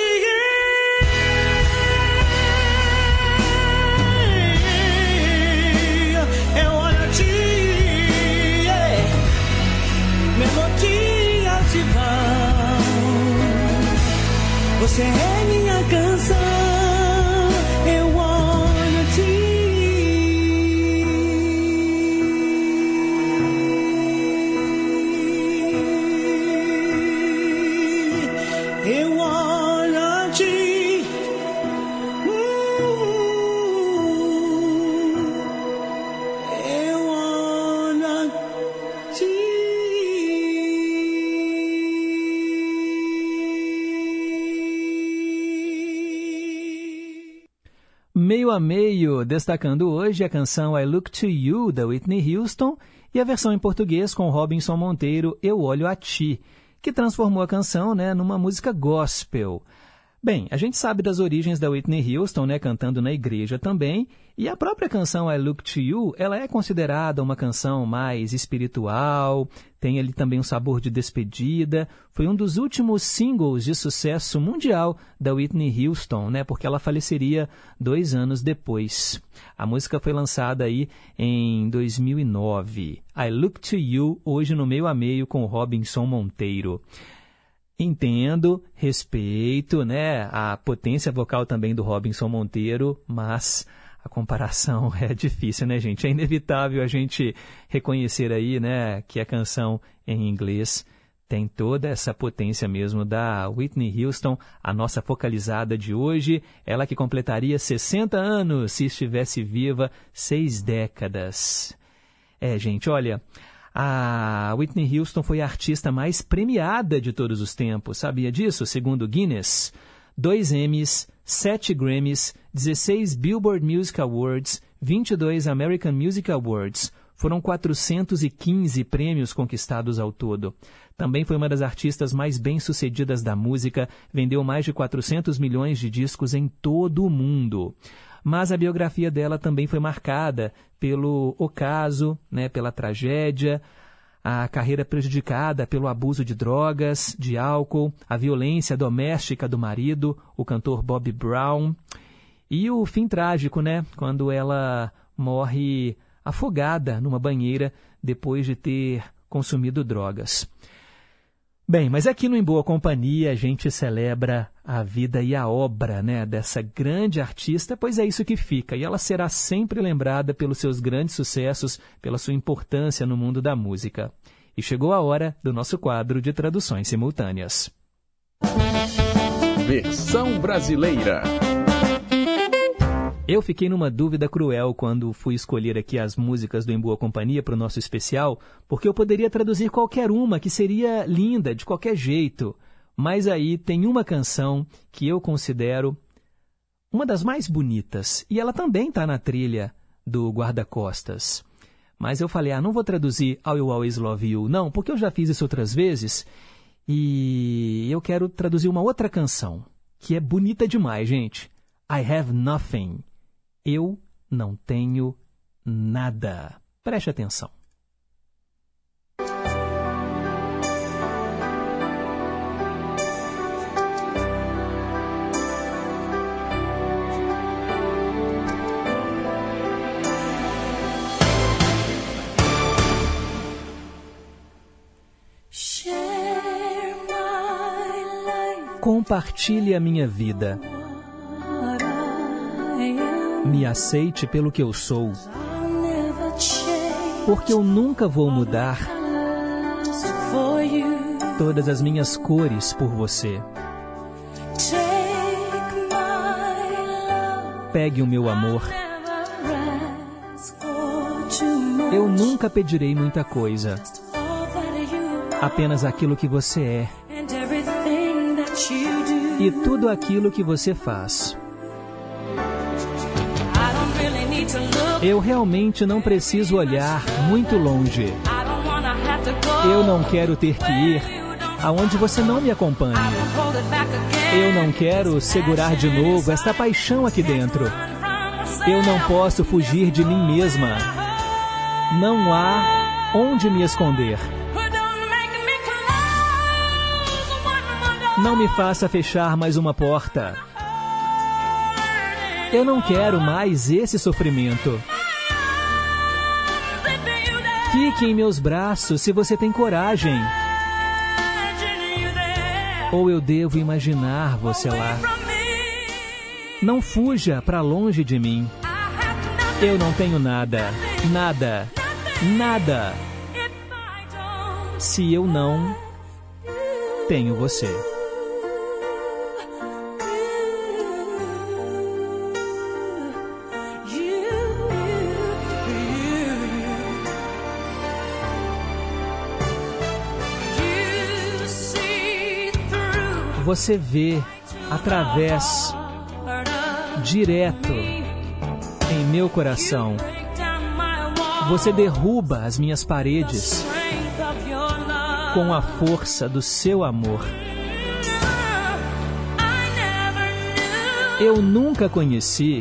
Você é minha canção, eu olho a ti. Eu olho a ti. Eu olho a ti. Meio a meio, destacando hoje a canção I Look to You, da Whitney Houston, e a versão em português com Robinson Monteiro, Eu Olho a Ti. que transformou a canção, né, numa música gospel. Bem, a gente sabe das origens da Whitney Houston, né, cantando na igreja também, e a própria canção I Look to You, ela é considerada uma canção mais espiritual, tem ali também um sabor de despedida, foi um dos últimos singles de sucesso mundial da Whitney Houston, né, porque ela faleceria 2 anos depois. A música foi lançada aí em 2009. I Look to You, hoje no Meio a Meio com o Robinson Monteiro. Entendo, respeito, né, a potência vocal também do Robinson Monteiro, mas a comparação é difícil, né, gente? É inevitável a gente reconhecer aí, né, que a canção em inglês tem toda essa potência mesmo da Whitney Houston, a nossa focalizada de hoje, ela que completaria 60 anos se estivesse viva 6 décadas. Gente, olha, a Whitney Houston foi a artista mais premiada de todos os tempos. Sabia disso? Segundo o Guinness, 2 Emmys, 7 Grammys, 16 Billboard Music Awards, 22 American Music Awards. Foram 415 prêmios conquistados ao todo. Também foi uma das artistas mais bem-sucedidas da música, vendeu mais de 400 milhões de discos em todo o mundo. Mas a biografia dela também foi marcada pelo ocaso, né, pela tragédia, a carreira prejudicada pelo abuso de drogas, de álcool, a violência doméstica do marido, o cantor Bobby Brown, e o fim trágico, né, quando ela morre afogada numa banheira depois de ter consumido drogas. Bem, mas aqui no Em Boa Companhia a gente celebra a vida e a obra, né, dessa grande artista, pois é isso que fica. E ela será sempre lembrada pelos seus grandes sucessos, pela sua importância no mundo da música. E chegou a hora do nosso quadro de traduções simultâneas. Versão brasileira. Eu fiquei numa dúvida cruel quando fui escolher aqui as músicas do Em Boa Companhia para o nosso especial, porque eu poderia traduzir qualquer uma, que seria linda, de qualquer jeito. Mas aí tem uma canção que eu considero uma das mais bonitas, e ela também está na trilha do Guarda-Costas. Mas eu falei, não vou traduzir I Will Always Love You, não, porque eu já fiz isso outras vezes, e eu quero traduzir uma outra canção, que é bonita demais, gente. I Have Nothing. Eu não tenho nada. Preste atenção. Compartilhe a minha vida. Me aceite pelo que eu sou, porque eu nunca vou mudar todas as minhas cores por você. Pegue o meu amor. Eu nunca pedirei muita coisa, apenas aquilo que você é e tudo aquilo que você faz. Eu realmente não preciso olhar muito longe. Eu não quero ter que ir aonde você não me acompanha. Eu não quero segurar de novo esta paixão aqui dentro. Eu não posso fugir de mim mesma. Não há onde me esconder. Não me faça fechar mais uma porta. Eu não quero mais esse sofrimento. Fique em meus braços se você tem coragem. Ou eu devo imaginar você lá. Não fuja para longe de mim. Eu não tenho nada, nada, nada. Se eu não tenho você. Você vê através, direto em meu coração. Você derruba as minhas paredes com a força do seu amor. Eu nunca conheci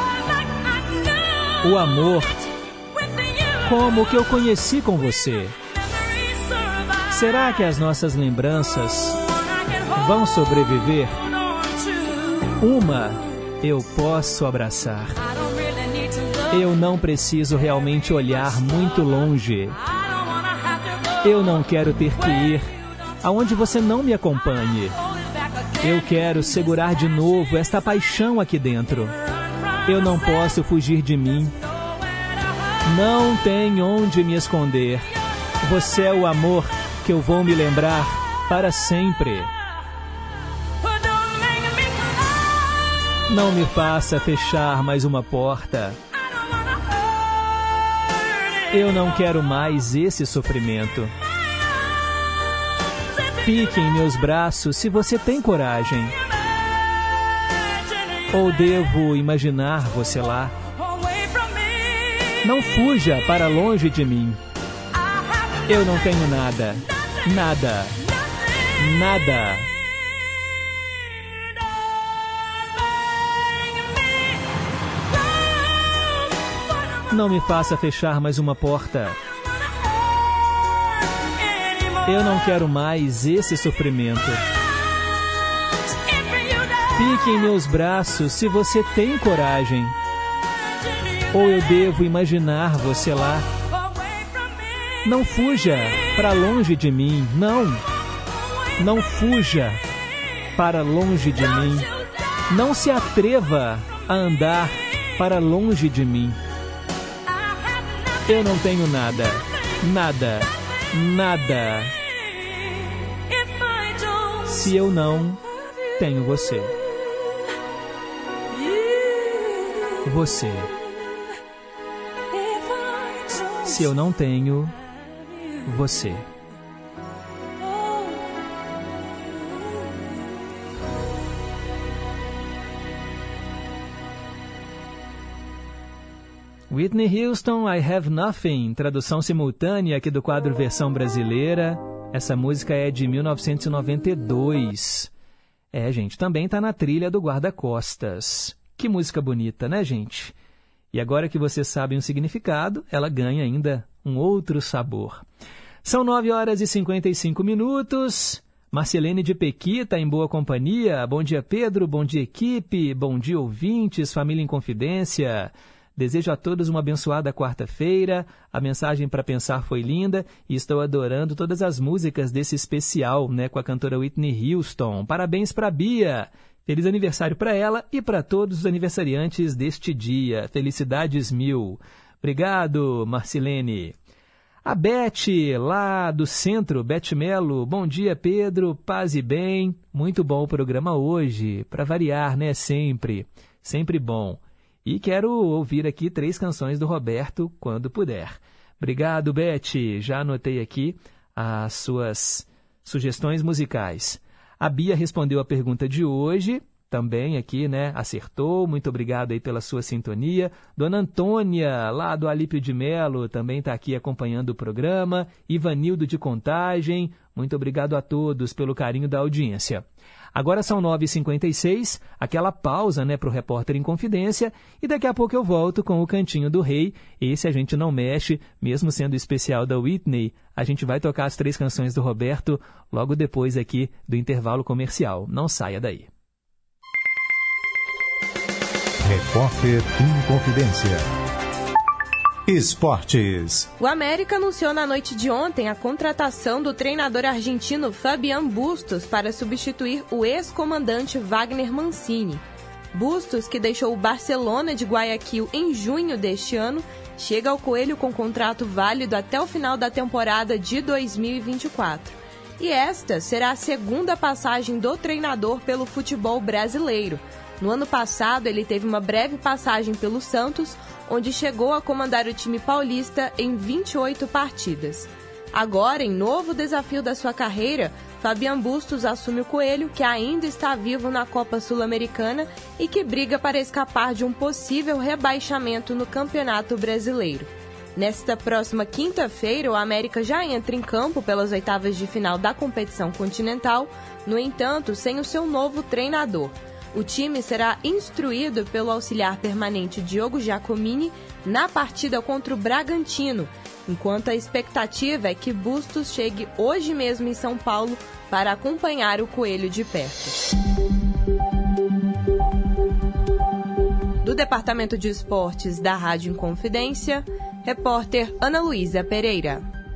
o amor como o que eu conheci com você. Será que as nossas lembranças vão sobreviver? Uma eu posso abraçar. Eu não preciso realmente olhar muito longe. Eu não quero ter que ir aonde você não me acompanhe. Eu quero segurar de novo esta paixão aqui dentro. Eu não posso fugir de mim. Não tem onde me esconder. Você é o amor que eu vou me lembrar para sempre. Não me faça fechar mais uma porta. Eu não quero mais esse sofrimento. Fique em meus braços se você tem coragem. Ou devo imaginar você lá? Não fuja para longe de mim. Eu não tenho nada, nada, nada. Não me faça fechar mais uma porta. Eu não quero mais esse sofrimento. Fique em meus braços se você tem coragem. Ou eu devo imaginar você lá? Não fuja para longe de mim, não. Não fuja para longe de mim. Não se atreva a andar para longe de mim. Eu não tenho nada, nada, nada, se eu não tenho você. Você. Se eu não tenho você. Whitney Houston, I Have Nothing, tradução simultânea aqui do quadro Versão Brasileira. Essa música é de 1992. Gente, também está na trilha do Guarda-Costas. Que música bonita, né, gente? E agora que vocês sabem o significado, ela ganha ainda um outro sabor. São 9h55. Marcelene de Pequi está em boa companhia. Bom dia, Pedro. Bom dia, equipe. Bom dia, ouvintes. Família em Confidência. Desejo a todos uma abençoada quarta-feira. A mensagem para pensar foi linda e estou adorando todas as músicas desse especial, né, com a cantora Whitney Houston. Parabéns para a Bia. Feliz aniversário para ela e para todos os aniversariantes deste dia. Felicidades mil. Obrigado, Marcelene. A Beth, lá do centro, Beth Melo. Bom dia, Pedro. Paz e bem. Muito bom o programa hoje. Para variar, né? Sempre. Sempre bom. E quero ouvir aqui 3 canções do Roberto quando puder. Obrigado, Beth. Já anotei aqui as suas sugestões musicais. A Bia respondeu a pergunta de hoje, também aqui, né? Acertou. Muito obrigado aí pela sua sintonia. Dona Antônia, lá do Alípio de Melo, também está aqui acompanhando o programa. Ivanildo de Contagem, muito obrigado a todos pelo carinho da audiência. Agora são 9h56, aquela pausa, né, para o Repórter em Confidência, e daqui a pouco eu volto com o Cantinho do Rei. Esse a gente não mexe, mesmo sendo especial da Whitney, a gente vai tocar as 3 canções do Roberto logo depois aqui do intervalo comercial. Não saia daí. Repórter em Confidência. Esportes. O América anunciou na noite de ontem a contratação do treinador argentino Fabián Bustos para substituir o ex-comandante Wagner Mancini. Bustos, que deixou o Barcelona de Guayaquil em junho deste ano, chega ao Coelho com contrato válido até o final da temporada de 2024. E esta será a segunda passagem do treinador pelo futebol brasileiro. No ano passado, ele teve uma breve passagem pelo Santos, onde chegou a comandar o time paulista em 28 partidas. Agora, em novo desafio da sua carreira, Fabián Bustos assume o Coelho, que ainda está vivo na Copa Sul-Americana e que briga para escapar de um possível rebaixamento no Campeonato Brasileiro. Nesta próxima quinta-feira, o América já entra em campo pelas oitavas de final da competição continental, no entanto, sem o seu novo treinador. O time será instruído pelo auxiliar permanente Diogo Giacomini na partida contra o Bragantino, enquanto a expectativa é que Bustos chegue hoje mesmo em São Paulo para acompanhar o Coelho de perto. Do Departamento de Esportes da Rádio Inconfidência, repórter Ana Luísa Pereira.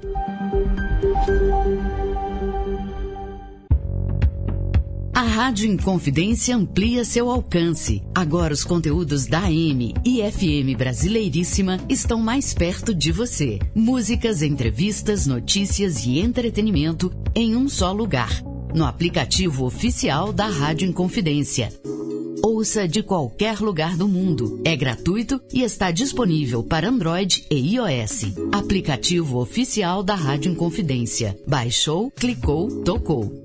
A Rádio Inconfidência amplia seu alcance. Agora os conteúdos da AM e FM Brasileiríssima estão mais perto de você. Músicas, entrevistas, notícias e entretenimento em um só lugar. No aplicativo oficial da Rádio Inconfidência. Ouça de qualquer lugar do mundo. É gratuito e está disponível para Android e iOS. Aplicativo oficial da Rádio Inconfidência. Baixou, clicou, tocou.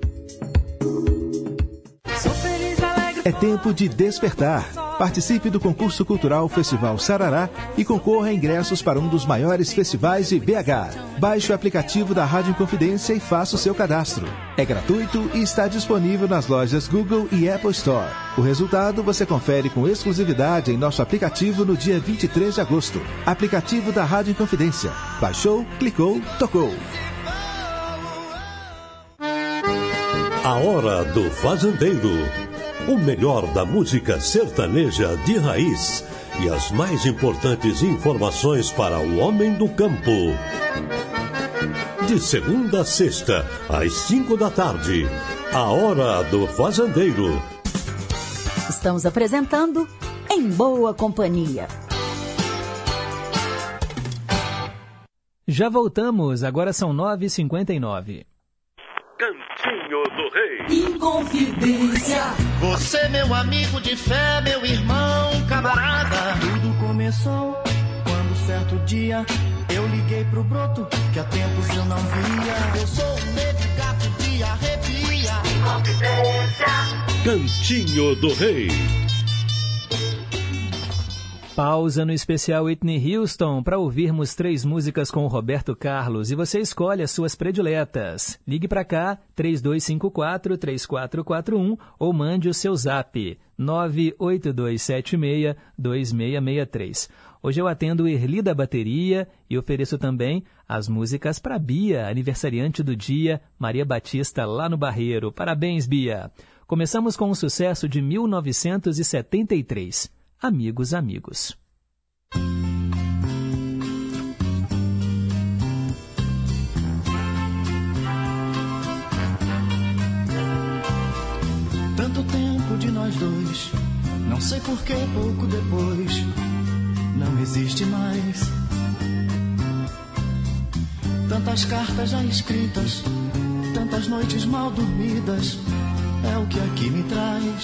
É tempo de despertar. Participe do concurso cultural Festival Sarará e concorra a ingressos para um dos maiores festivais de BH. Baixe o aplicativo da Rádio Inconfidência e faça o seu cadastro. É gratuito e está disponível nas lojas Google e Apple Store. O resultado você confere com exclusividade em nosso aplicativo no dia 23 de agosto. Aplicativo da Rádio Inconfidência. Baixou, clicou, tocou. A Hora do Fazendeiro. O melhor da música sertaneja de raiz e as mais importantes informações para o homem do campo. De segunda a sexta, às 5 da tarde, a Hora do Fazendeiro. Estamos apresentando Em Boa Companhia. Já voltamos, agora são 9h59. Cantinho do Rei. Inconfidência. Você, meu amigo de fé, meu irmão, camarada. Tudo começou quando certo dia eu liguei pro broto que há tempos eu não via. Eu sou um negro gato de arrepia. Inconfidência. Cantinho do Rei. Pausa no especial Whitney Houston para ouvirmos 3 músicas com o Roberto Carlos e você escolhe as suas prediletas. Ligue para cá, 3254-3441 ou mande o seu zap, 98276-2663. Hoje eu atendo o Erli da Bateria e ofereço também as músicas para Bia, aniversariante do dia, Maria Batista, lá no Barreiro. Parabéns, Bia! Começamos com um sucesso de 1973. Amigos, amigos. Tanto tempo de nós dois, não sei por que pouco depois, não existe mais. Tantas cartas já escritas, tantas noites mal dormidas, é o que aqui me traz.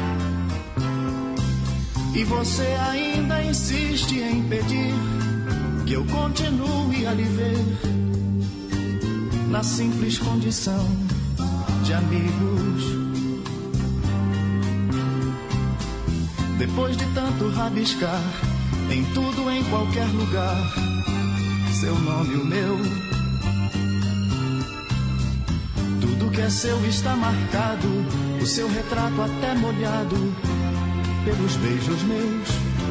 E você ainda insiste em pedir que eu continue a lhe ver na simples condição de amigos. Depois de tanto rabiscar em tudo, em qualquer lugar, seu nome e o meu, tudo que é seu está marcado, o seu retrato até molhado pelos beijos meus.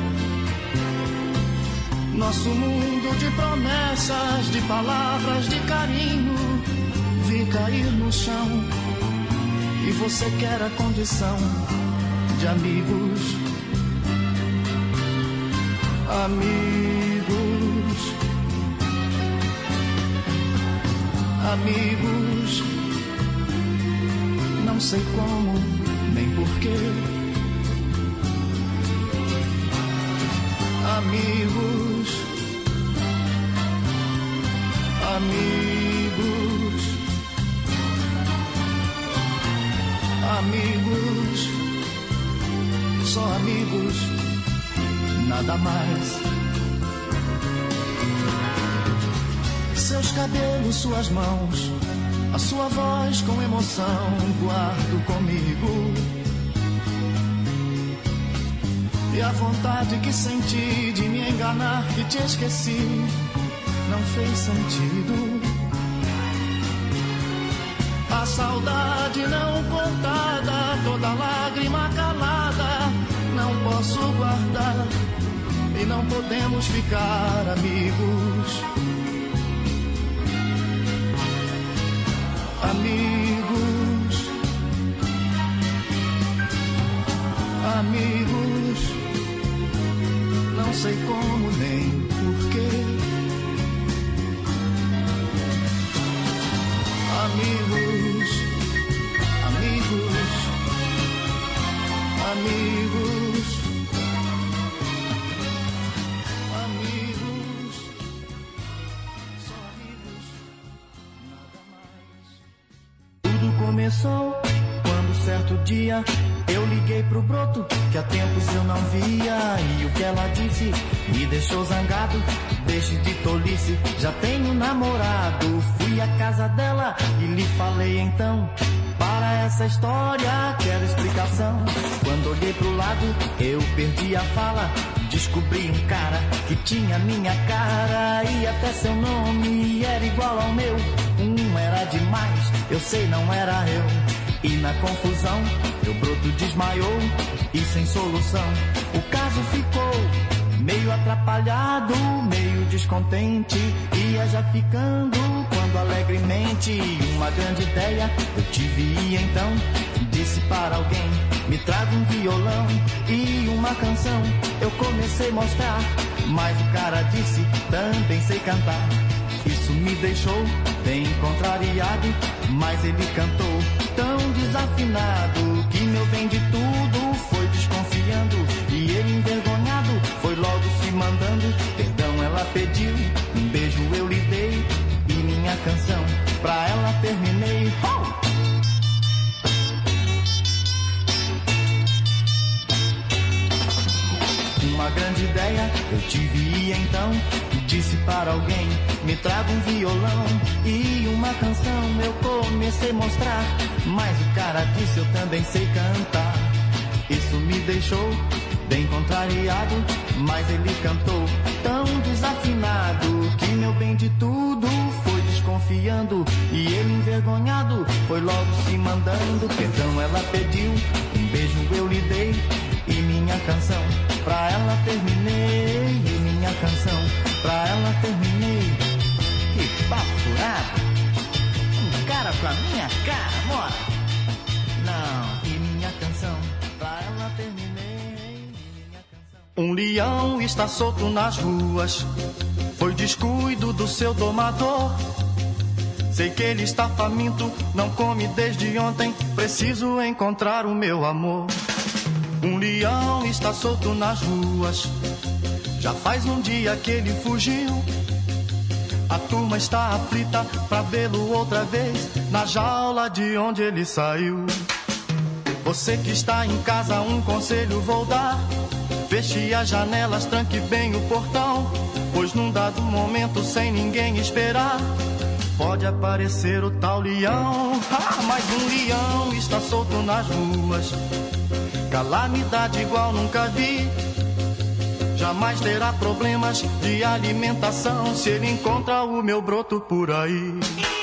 Nosso mundo de promessas, de palavras, de carinho, vi cair no chão. E você quer a condição de amigos. Amigos. Amigos. Não sei como, nem porquê. Amigos, amigos, amigos, só amigos, nada mais. Seus cabelos, suas mãos, a sua voz com emoção, guardo comigo. E a vontade que senti de me enganar e te esqueci não fez sentido. A saudade não contada, toda lágrima calada, não posso guardar e não podemos ficar amigos. Amigos, amigos, não sei como nem porquê. Amigos, amigos, amigos, amigos, só amigos, nada mais. Tudo começou quando certo dia eu liguei pro broto, que há tempos eu não via. E o que ela disse me deixou zangado. Deixe de tolice, já tenho namorado. Fui à casa dela e lhe falei então: para essa história quero explicação. Quando olhei pro lado eu perdi a fala. Descobri um cara que tinha minha cara e até seu nome era igual ao meu. Era demais, eu sei, não era eu. E na confusão, meu broto desmaiou e sem solução. O caso ficou meio atrapalhado, meio descontente. Ia já ficando quando alegremente uma grande ideia eu tive e então disse para alguém: me traga um violão e uma canção. Eu comecei a mostrar, mas o cara disse: também sei cantar. Isso me deixou bem contrariado, mas ele cantou tão desafinado que meu bem de tudo foi desconfiando. E ele envergonhado foi logo se mandando. Perdão ela pediu, um beijo eu lhe dei e minha canção pra ela terminei. Uma grande ideia eu tive e então disse para alguém: me traga um violão e uma canção. Eu comecei a mostrar, mas o cara disse: eu também sei cantar. Isso me deixou bem contrariado, mas ele cantou tão desafinado que meu bem de tudo foi desconfiando. E ele envergonhado foi logo se mandando. Perdão ela pediu, um beijo eu lhe dei e minha canção pra ela terminei. E minha canção pra ela terminei. Que papo furado, um cara pra minha cara, mora. Não, e minha canção pra ela terminei. Um leão está solto nas ruas, foi descuido do seu domador. Sei que ele está faminto, não come desde ontem. Preciso encontrar o meu amor. Um leão está solto nas ruas, já faz um dia que ele fugiu. A turma está aflita pra vê-lo outra vez na jaula de onde ele saiu. Você que está em casa, um conselho vou dar: feche as janelas, tranque bem o portão, pois num dado momento, sem ninguém esperar, pode aparecer o tal leão. Mas um leão está solto nas ruas, calamidade igual nunca vi. Jamais terá problemas de alimentação se ele encontra o meu broto por aí.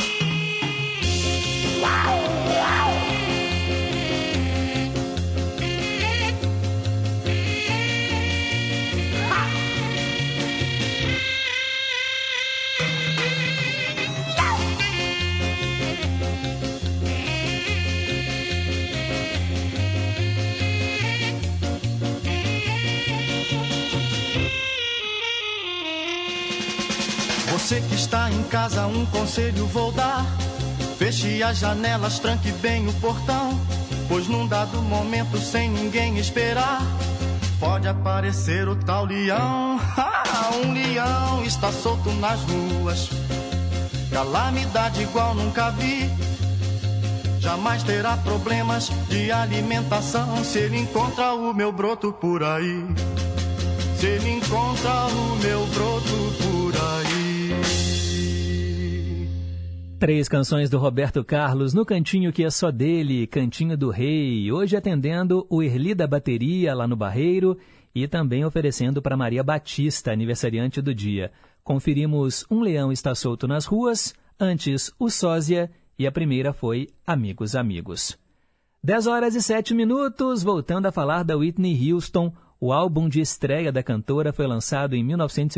Você que está em casa, um conselho vou dar: feche as janelas, tranque bem o portão, pois num dado momento, sem ninguém esperar, pode aparecer o tal leão. Um leão está solto nas ruas, calamidade igual nunca vi. Jamais terá problemas de alimentação se ele encontra o meu broto por aí. Se ele encontra o meu broto por aí. 3 canções do Roberto Carlos no cantinho que é só dele, Cantinho do Rei, hoje atendendo o Erli da Bateria lá no Barreiro e também oferecendo para Maria Batista, aniversariante do dia. Conferimos Um Leão Está Solto nas Ruas, antes o Sósia e a primeira foi Amigos Amigos. 10h07, voltando a falar da Whitney Houston. O álbum de estreia da cantora foi lançado em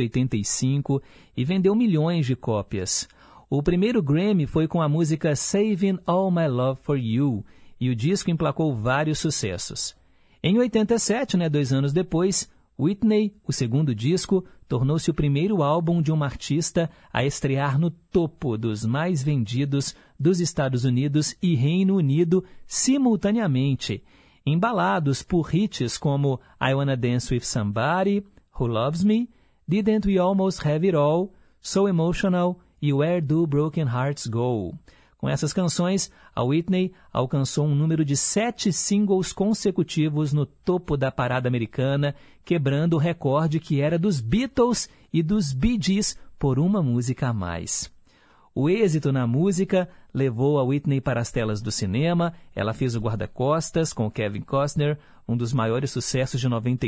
1985 e vendeu milhões de cópias. O primeiro Grammy foi com a música Saving All My Love For You, e o disco emplacou vários sucessos. Em 87, 2 anos depois, Whitney, o segundo disco, tornou-se o primeiro álbum de uma artista a estrear no topo dos mais vendidos dos Estados Unidos e Reino Unido simultaneamente, embalados por hits como I Wanna Dance With Somebody, Who Loves Me, Didn't We Almost Have It All, So Emotional e Where Do Broken Hearts Go? Com essas canções, a Whitney alcançou um número de 7 singles consecutivos no topo da parada americana, quebrando o recorde que era dos Beatles e dos Bee Gees por uma música a mais. O êxito na música levou a Whitney para as telas do cinema. Ela fez o Guarda-Costas com Kevin Costner, um dos maiores sucessos de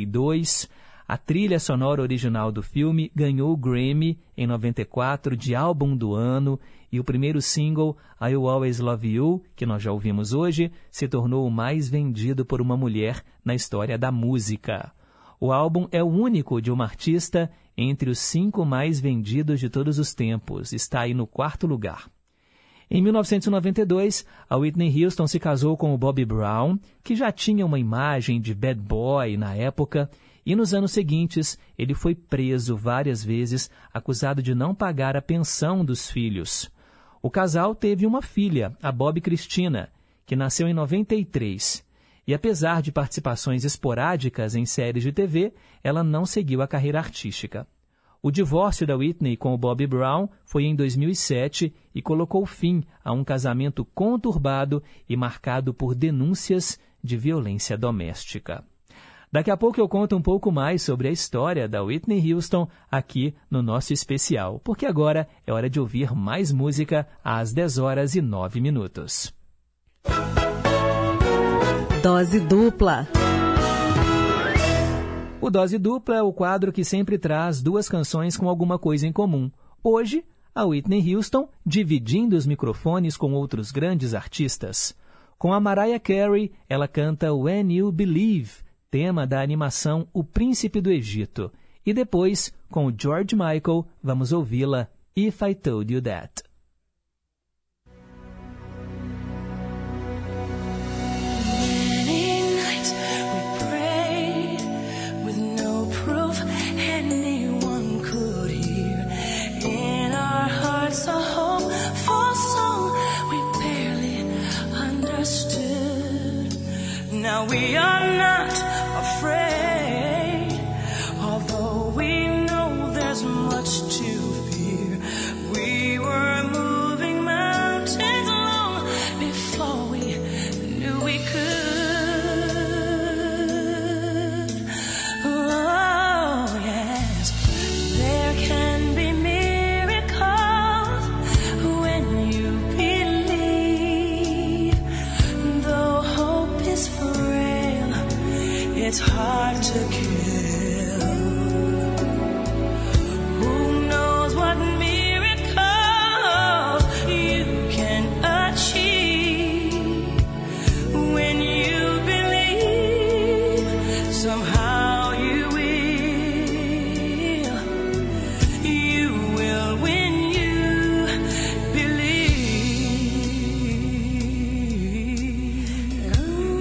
92. A trilha sonora original do filme ganhou o Grammy em 94 de álbum do ano e o primeiro single, I Will Always Love You, que nós já ouvimos hoje, se tornou o mais vendido por uma mulher na história da música. O álbum é o único de uma artista entre os 5 mais vendidos de todos os tempos. Está aí no 4º lugar. Em 1992, a Whitney Houston se casou com o Bobby Brown, que já tinha uma imagem de bad boy na época, e nos anos seguintes ele foi preso várias vezes, acusado de não pagar a pensão dos filhos. O casal teve uma filha, a Bobby Cristina, que nasceu em 93. E apesar de participações esporádicas em séries de TV, ela não seguiu a carreira artística. O divórcio da Whitney com o Bobby Brown foi em 2007 e colocou fim a um casamento conturbado e marcado por denúncias de violência doméstica. Daqui a pouco eu conto um pouco mais sobre a história da Whitney Houston aqui no nosso especial, porque agora é hora de ouvir mais música às 10h09. Dose dupla. O Dose Dupla é o quadro que sempre traz 2 canções com alguma coisa em comum. Hoje, a Whitney Houston dividindo os microfones com outros grandes artistas. Com a Mariah Carey, ela canta When You Believe, tema da animação O Príncipe do Egito. E depois, com o George Michael, vamos ouvi-la If I Told You That. Now we are not afraid, although we know there's much to fear. We were moving mountains long before we knew we could. Oh yes, there can be miracles when you believe, though hope is frail, it's hard to kill. Who knows what miracles you can achieve when you believe, somehow you will when you believe.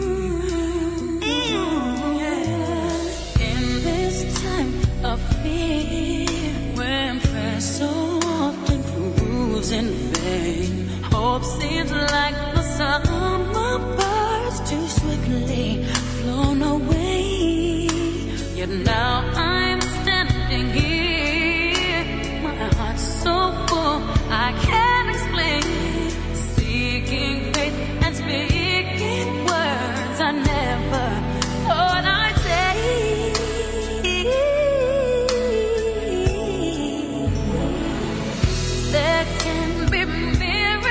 In this time of fear, when prayer so often proves in vain, hope seems like the summer birds too swiftly flown away. Yet now I'm standing here, my heart's so full I can't explain, seeking faith and speaking words I never thought I'd say. There can be miracles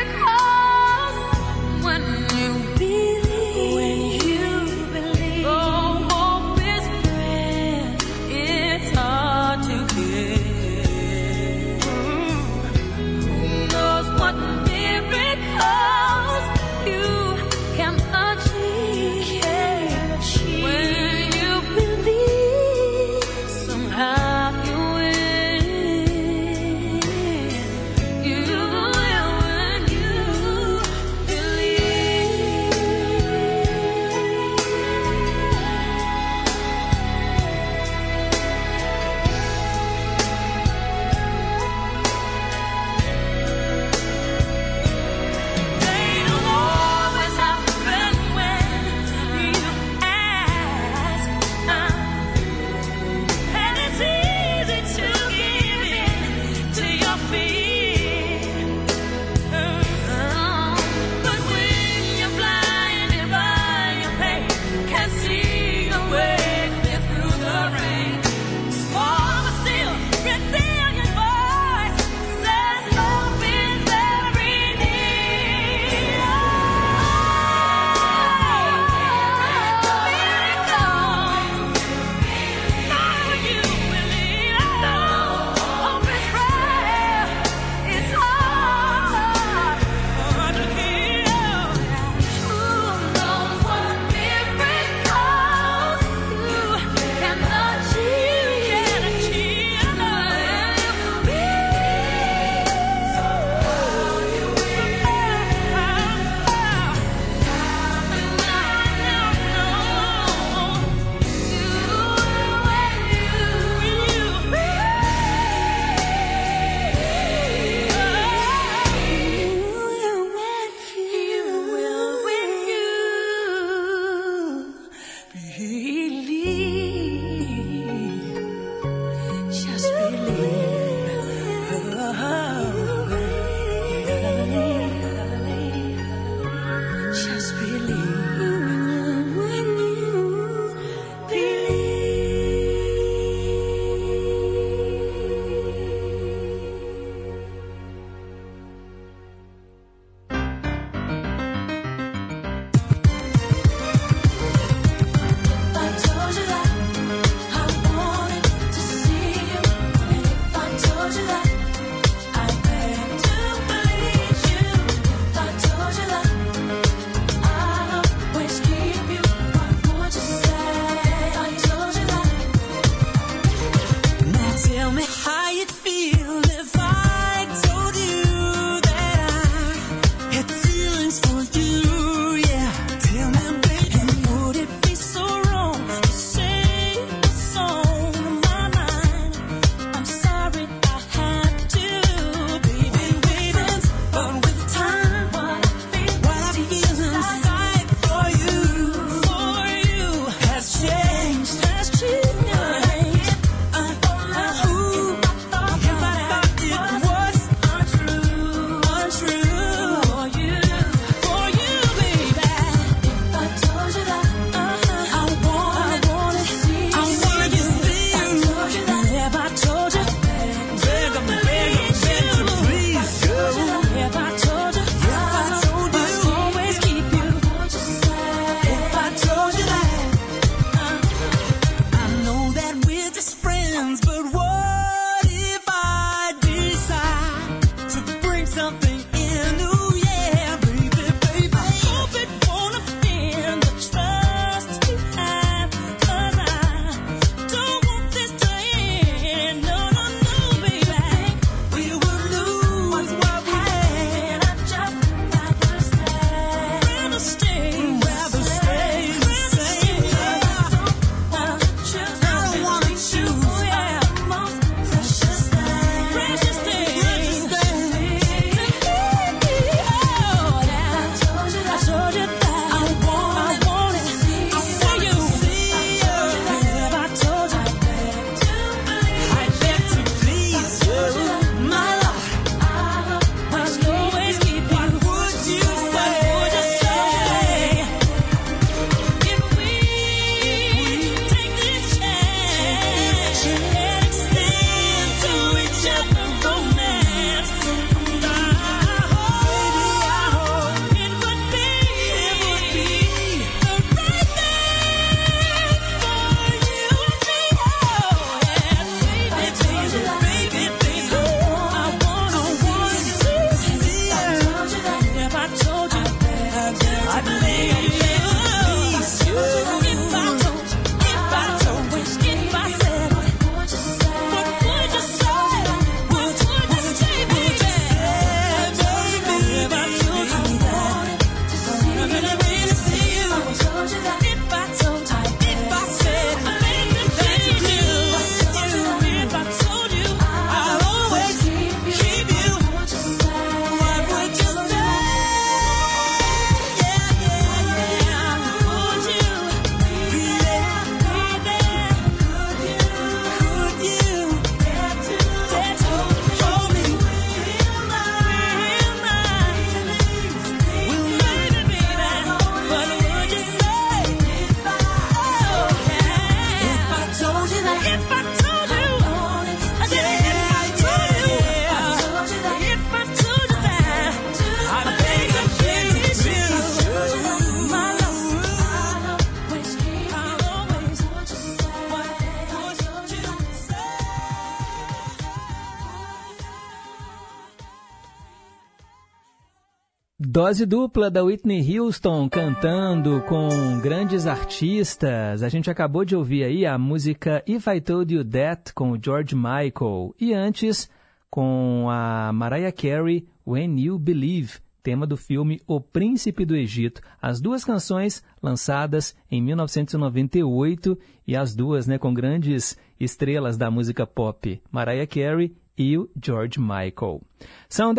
Dose dupla da Whitney Houston cantando com grandes artistas. A gente acabou de ouvir aí a música If I Told You That com o George Michael. E antes, com a Mariah Carey, When You Believe, tema do filme O Príncipe do Egito. As duas canções lançadas em 1998 e as duas, né, com grandes estrelas da música pop, Mariah Carey e o George Michael. São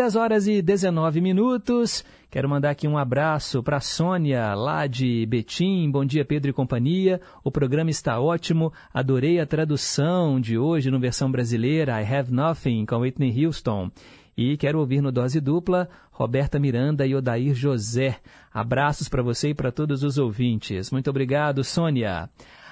10h19. Quero mandar aqui um abraço para a Sônia, lá de Betim. Bom dia, Pedro e companhia. O programa está ótimo. Adorei a tradução de hoje no versão brasileira, I Have Nothing, com Whitney Houston. E quero ouvir no Dose Dupla, Roberta Miranda e Odair José. Abraços para você e para todos os ouvintes. Muito obrigado, Sônia.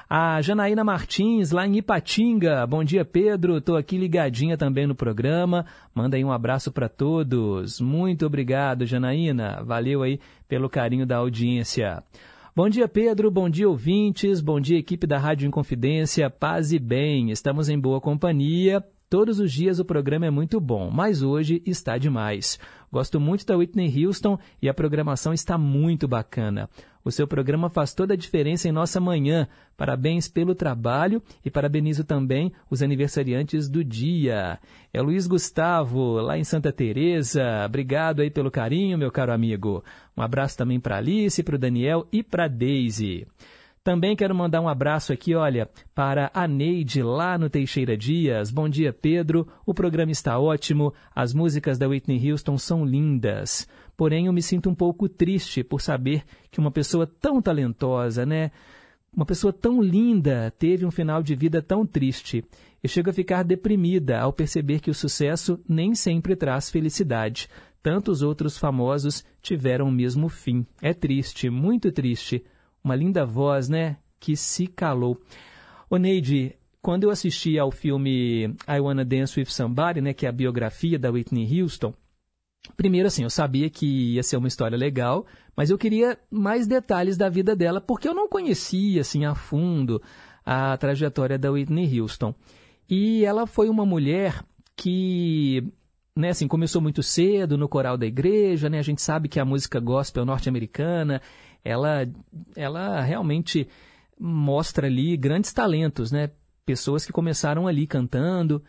A Janaína Martins, lá em Ipatinga. Bom dia, Pedro. Estou aqui ligadinha também no programa. Manda aí um abraço para todos. Muito obrigado, Janaína. Valeu aí pelo carinho da audiência. Bom dia, Pedro. Bom dia, ouvintes. Bom dia, equipe da Rádio Inconfidência. Paz e bem. Estamos em boa companhia. Todos os dias o programa é muito bom, mas hoje está demais. Gosto muito da Whitney Houston e a programação está muito bacana. O seu programa faz toda a diferença em nossa manhã. Parabéns pelo trabalho e parabenizo também os aniversariantes do dia. É Luiz Gustavo, lá em Santa Teresa. Obrigado aí pelo carinho, meu caro amigo. Um abraço também para Alice, para o Daniel e para a Daisy. Também quero mandar um abraço aqui, olha, para a Neide, lá no Teixeira Dias. Bom dia, Pedro. O programa está ótimo. As músicas da Whitney Houston são lindas. Porém, eu me sinto um pouco triste por saber que uma pessoa tão talentosa, né? Uma pessoa tão linda teve um final de vida tão triste. Eu chego a ficar deprimida ao perceber que o sucesso nem sempre traz felicidade. Tantos outros famosos tiveram o mesmo fim. É triste, muito triste. Uma linda voz, né, que se calou. Ô Neide, quando eu assisti ao filme I Wanna Dance With Somebody, né, que é a biografia da Whitney Houston, primeiro assim, eu sabia que ia ser uma história legal, mas eu queria mais detalhes da vida dela, porque eu não conhecia assim a fundo a trajetória da Whitney Houston. E ela foi uma mulher que, né, assim, começou muito cedo no coral da igreja, né, a gente sabe que a música gospel norte-americana, ela realmente mostra ali grandes talentos, né? Pessoas que começaram ali cantando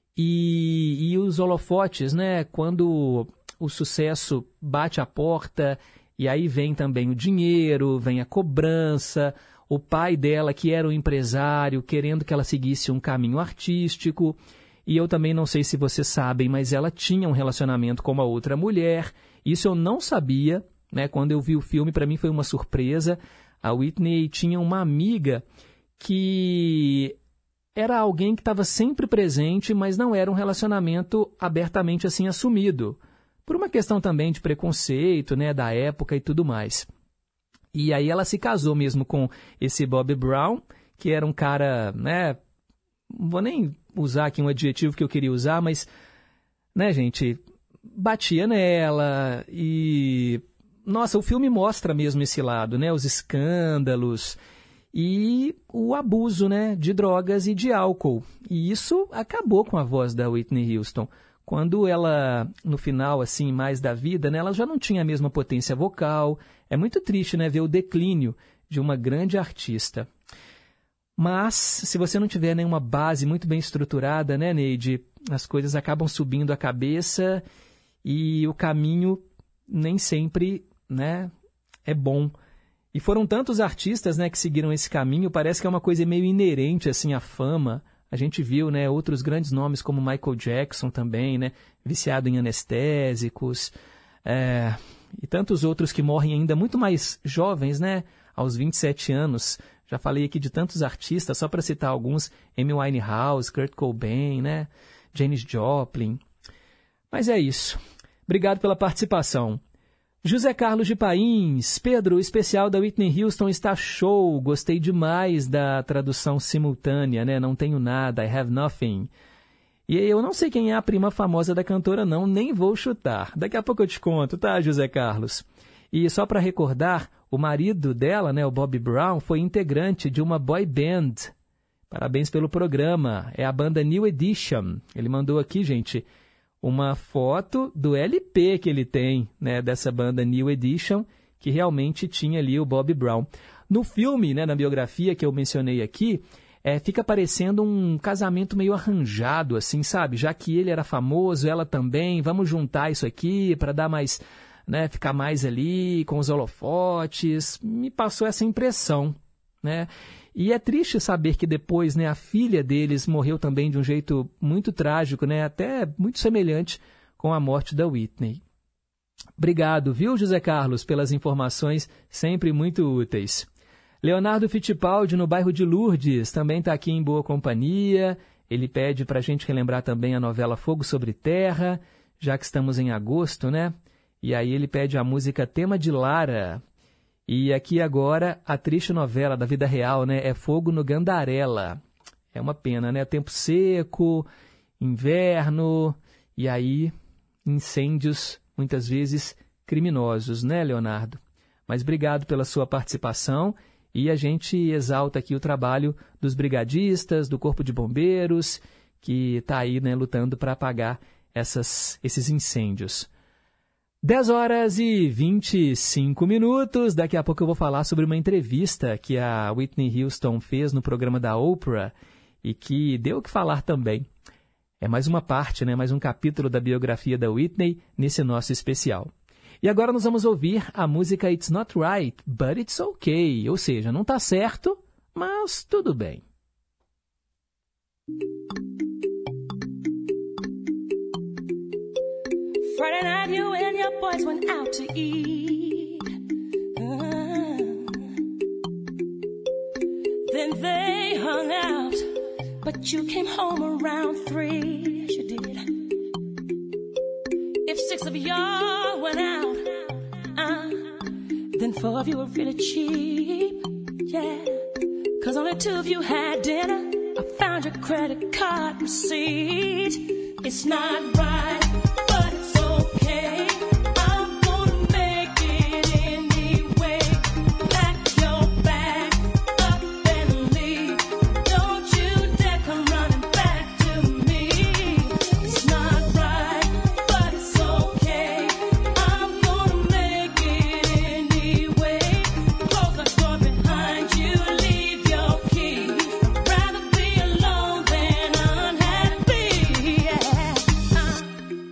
e os holofotes, né? Quando o sucesso bate a porta e aí vem também o dinheiro, vem a cobrança, o pai dela, que era um empresário, querendo que ela seguisse um caminho artístico. E eu também não sei se vocês sabem, mas ela tinha um relacionamento com uma outra mulher. Isso eu não sabia. Né, quando eu vi o filme, para mim foi uma surpresa. A Whitney tinha uma amiga que era alguém que estava sempre presente, mas não era um relacionamento abertamente assim assumido. Por uma questão também de preconceito, né, da época e tudo mais. E aí ela se casou mesmo com esse Bobby Brown, que era um cara, né, não vou nem usar aqui um adjetivo que eu queria usar, mas, né, gente, batia nela e... Nossa, o filme mostra mesmo esse lado, né? Os escândalos e o abuso, né, de drogas e de álcool. E isso acabou com a voz da Whitney Houston. Quando ela, no final, assim, mais da vida, né, ela já não tinha a mesma potência vocal. É muito triste, né, ver o declínio de uma grande artista. Mas, se você não tiver nenhuma base muito bem estruturada, né, Neide, as coisas acabam subindo a cabeça e o caminho nem sempre, né, é bom. E foram tantos artistas, né, que seguiram esse caminho, parece que é uma coisa meio inerente assim à fama. A gente viu, né, outros grandes nomes como Michael Jackson também, né, viciado em anestésicos, e tantos outros que morrem ainda muito mais jovens, né, aos 27 anos. Já falei aqui de tantos artistas, só para citar alguns, Amy Winehouse, Kurt Cobain, né, Janis Joplin. Mas é isso. Obrigado pela participação. José Carlos de Pains. Pedro, o especial da Whitney Houston está show. Gostei demais da tradução simultânea, né? Não tenho nada, I have nothing. E eu não sei quem é a prima famosa da cantora, não, nem vou chutar. Daqui a pouco eu te conto, tá, José Carlos? E só para recordar, o marido dela, né, o Bobby Brown, foi integrante de uma boy band. Parabéns pelo programa. É a banda New Edition. Ele mandou aqui, gente, uma foto do LP que ele tem, né, dessa banda New Edition, que realmente tinha ali o Bobby Brown. No filme, né, na biografia que eu mencionei aqui, fica parecendo um casamento meio arranjado, assim, sabe? Já que ele era famoso, ela também, vamos juntar isso aqui para dar mais, né, ficar mais ali com os holofotes. Me passou essa impressão, né? E é triste saber que depois, né, a filha deles morreu também de um jeito muito trágico, né, até muito semelhante com a morte da Whitney. Obrigado, viu, José Carlos, pelas informações sempre muito úteis. Leonardo Fittipaldi, no bairro de Lourdes, também está aqui em boa companhia. Ele pede para a gente relembrar também a novela Fogo sobre Terra, já que estamos em agosto, né? E aí ele pede a música Tema de Lara. E aqui agora a triste novela da vida real, né? É Fogo no Gandarela. É uma pena, né? Tempo seco, inverno, e aí incêndios, muitas vezes criminosos, né, Leonardo? Mas obrigado pela sua participação. E a gente exalta aqui o trabalho dos brigadistas, do Corpo de Bombeiros, que está aí, né, lutando para apagar esses incêndios. 10h25. Daqui a pouco eu vou falar sobre uma entrevista que a Whitney Houston fez no programa da Oprah e que deu o que falar também. É mais uma parte, né, mais um capítulo da biografia da Whitney nesse nosso especial. E agora nós vamos ouvir a música It's Not Right, But It's Okay. Ou seja, não está certo, mas tudo bem. Friday night you and your boys went out to eat. Then they hung out, but you came home around 3. Yes, you did. If 6 of y'all went out, then 4 of you were really cheap, yeah. 'Cause only 2 of you had dinner. I found your credit card receipt. It's not right, but it's okay. I'm gonna make it anyway. Pack your bag up and leave. Don't you dare come running back to me. It's not right, but it's okay. I'm gonna make it anyway. Close the door behind you, leave your key. I'd rather be alone than unhappy, yeah.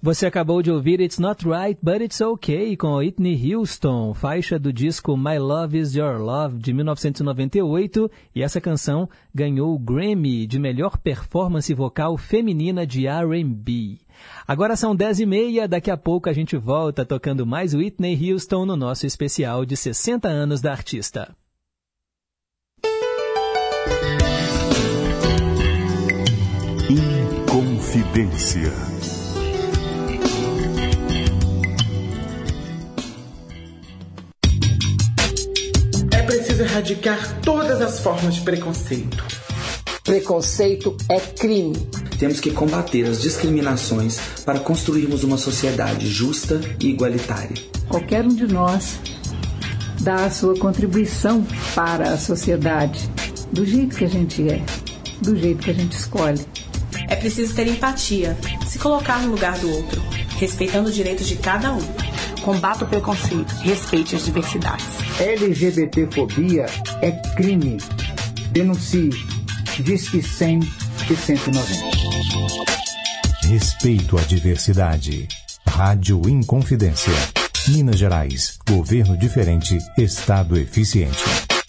Você acabou de ouvir It's Not Right, But It's Okay, com Whitney Houston, faixa do disco My Love Is Your Love, de 1998, e essa canção ganhou o Grammy de melhor performance vocal feminina de R&B. Agora são 10h30, daqui a pouco a gente volta tocando mais Whitney Houston no nosso especial de 60 anos da artista. Inconfidência. É preciso erradicar todas as formas de preconceito. Preconceito é crime. Temos que combater as discriminações para construirmos uma sociedade justa e igualitária. Qualquer um de nós dá a sua contribuição para a sociedade, do jeito que a gente é, do jeito que a gente escolhe. É preciso ter empatia, se colocar no lugar do outro, respeitando os direitos de cada um. Combata o preconceito, respeite as diversidades. LGBTfobia é crime. Denuncie. Disque 100 e 190. Respeito à diversidade. Rádio Inconfidência. Minas Gerais. Governo diferente. Estado eficiente.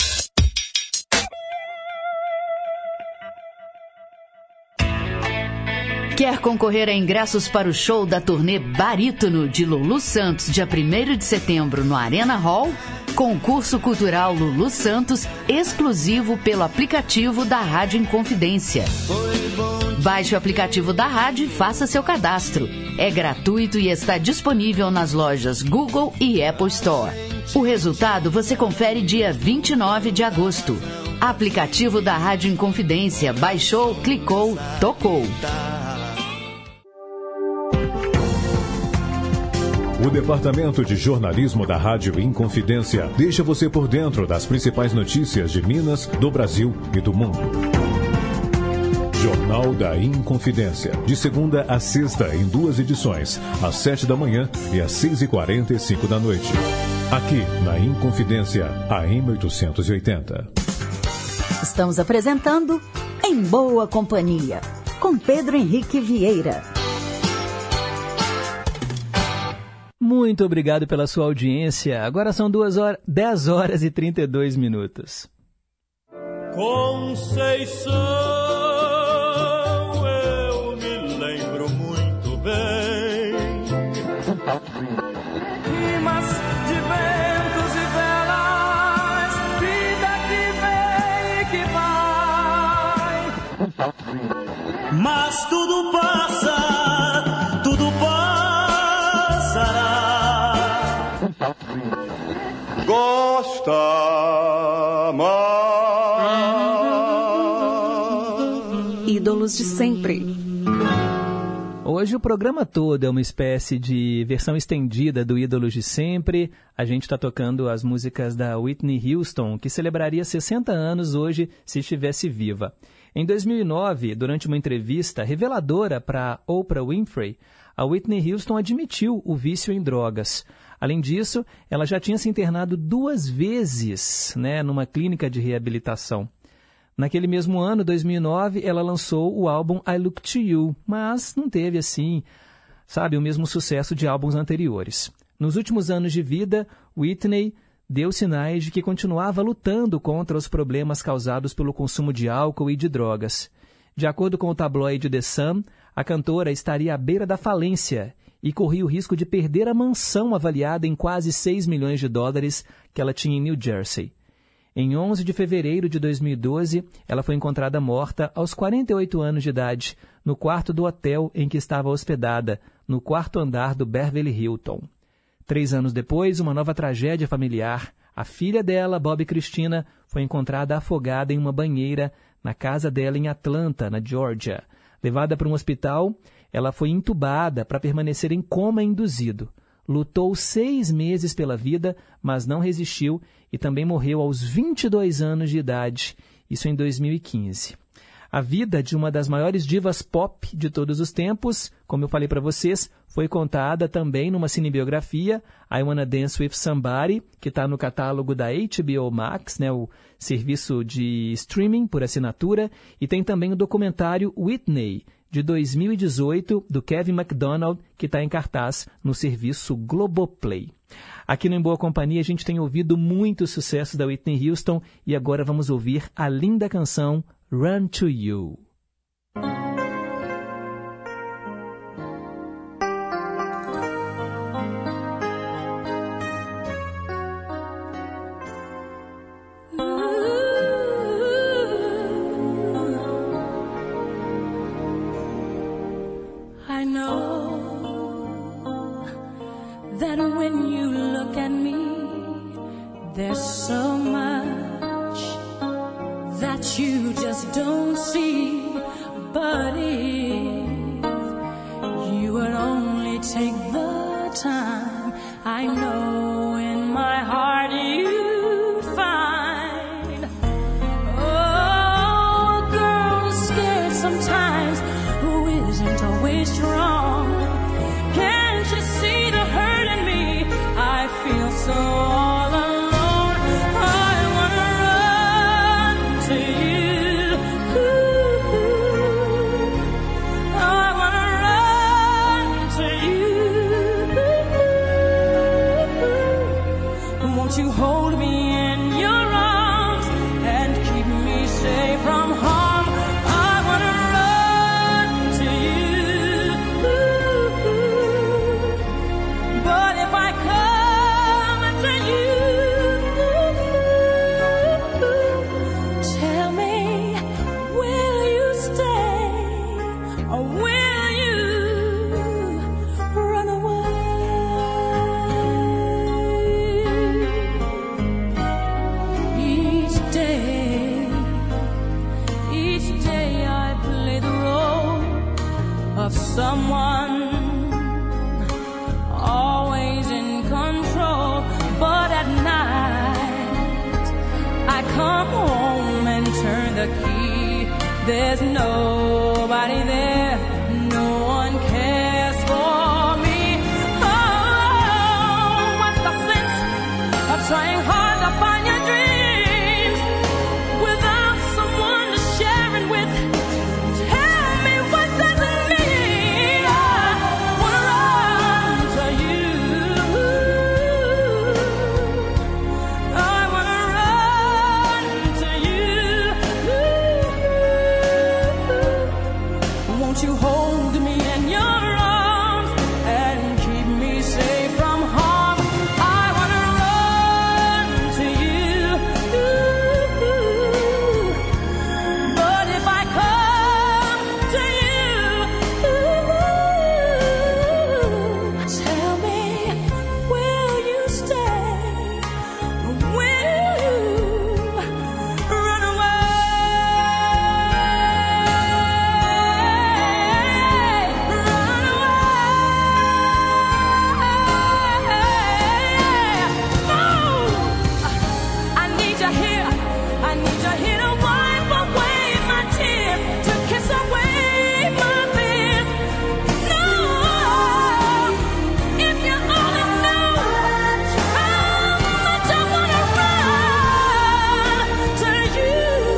Quer concorrer a ingressos para o show da turnê Barítono de Lulu Santos, dia 1º de setembro, no Arena Hall? Concurso Cultural Lulu Santos, exclusivo pelo aplicativo da Rádio Inconfidência. Baixe o aplicativo da rádio e faça seu cadastro. É gratuito e está disponível nas lojas Google e Apple Store. O resultado você confere dia 29 de agosto. Aplicativo da Rádio Inconfidência. Baixou, clicou, tocou. O Departamento de Jornalismo da Rádio Inconfidência deixa você por dentro das principais notícias de Minas, do Brasil e do mundo. Jornal da Inconfidência, de segunda a sexta em 2 edições, às 7 da manhã e às 6h45 da noite. Aqui na Inconfidência, AM 880. Estamos apresentando Em Boa Companhia, com Pedro Henrique Vieira. Muito obrigado pela sua audiência. Agora são 10 horas e 32 minutos. Conceição, eu me lembro muito bem. Rimas de ventos e velas, vida que vem e que vai. Mas tudo passa, tudo passará. Gosta mais. Ídolos de sempre. Hoje o programa todo é uma espécie de versão estendida do Ídolos de Sempre. A gente está tocando as músicas da Whitney Houston, que celebraria 60 anos hoje se estivesse viva. Em 2009, durante uma entrevista reveladora para Oprah Winfrey, a Whitney Houston admitiu o vício em drogas. Além disso, ela já tinha se internado 2 vezes, numa clínica de reabilitação. Naquele mesmo ano, 2009, ela lançou o álbum I Look to You, mas não teve, o mesmo sucesso de álbuns anteriores. Nos últimos anos de vida, Whitney deu sinais de que continuava lutando contra os problemas causados pelo consumo de álcool e de drogas. De acordo com o tabloide The Sun, a cantora estaria à beira da falência e corria o risco de perder a mansão avaliada em quase $6 milhões que ela tinha em New Jersey. Em 11 de fevereiro de 2012, ela foi encontrada morta aos 48 anos de idade, no quarto do hotel em que estava hospedada, no 4º andar do Beverly Hilton. 3 anos depois, uma nova tragédia familiar. A filha dela, Bobbi Kristina, foi encontrada afogada em uma banheira na casa dela em Atlanta, na Geórgia. Levada para um hospital, ela foi entubada para permanecer em coma induzido. Lutou 6 meses pela vida, mas não resistiu e também morreu aos 22 anos de idade, isso em 2015. A vida de uma das maiores divas pop de todos os tempos, como eu falei para vocês, foi contada também numa cinebiografia, I Wanna Dance With Somebody, que está no catálogo da HBO Max, o serviço de streaming por assinatura, e tem também o documentário Whitney, de 2018 do Kevin MacDonald, que está em cartaz no serviço Globoplay. Aqui no Em Boa Companhia a gente tem ouvido muito sucesso da Whitney Houston e agora vamos ouvir a linda canção Run to You. I know that when you look at me, there's so much that you just don't see. But if you would only take the time, I know in my heart you'd find. Oh, a girl is scared sometimes who isn't always strong. Can't you see the hurt in me? I feel so all alone. I wanna run to you. I wanna run to you. Won't you hold me in your arms and keep me safe from harm? I wanna run to you. But if I come to you, tell me, will you stay or will you run away? Each day I play the role of someone always in control. But at night I come home and turn the key. There's nobody there, no one cares for me. Oh, what's the sense of trying hard to find your dreams without someone to share it with? Tell me, what does it mean? I wanna run to you. I wanna run to you. Won't you hold me in your arms and keep me safe from harm? I wanna run to you. But if I come to you, tell me, will you stay or will you run away? Run away. Oh, I need you here. I need you here to wipe away my tears, to kiss away my fears. No, if you only knew how much I wanna run to you.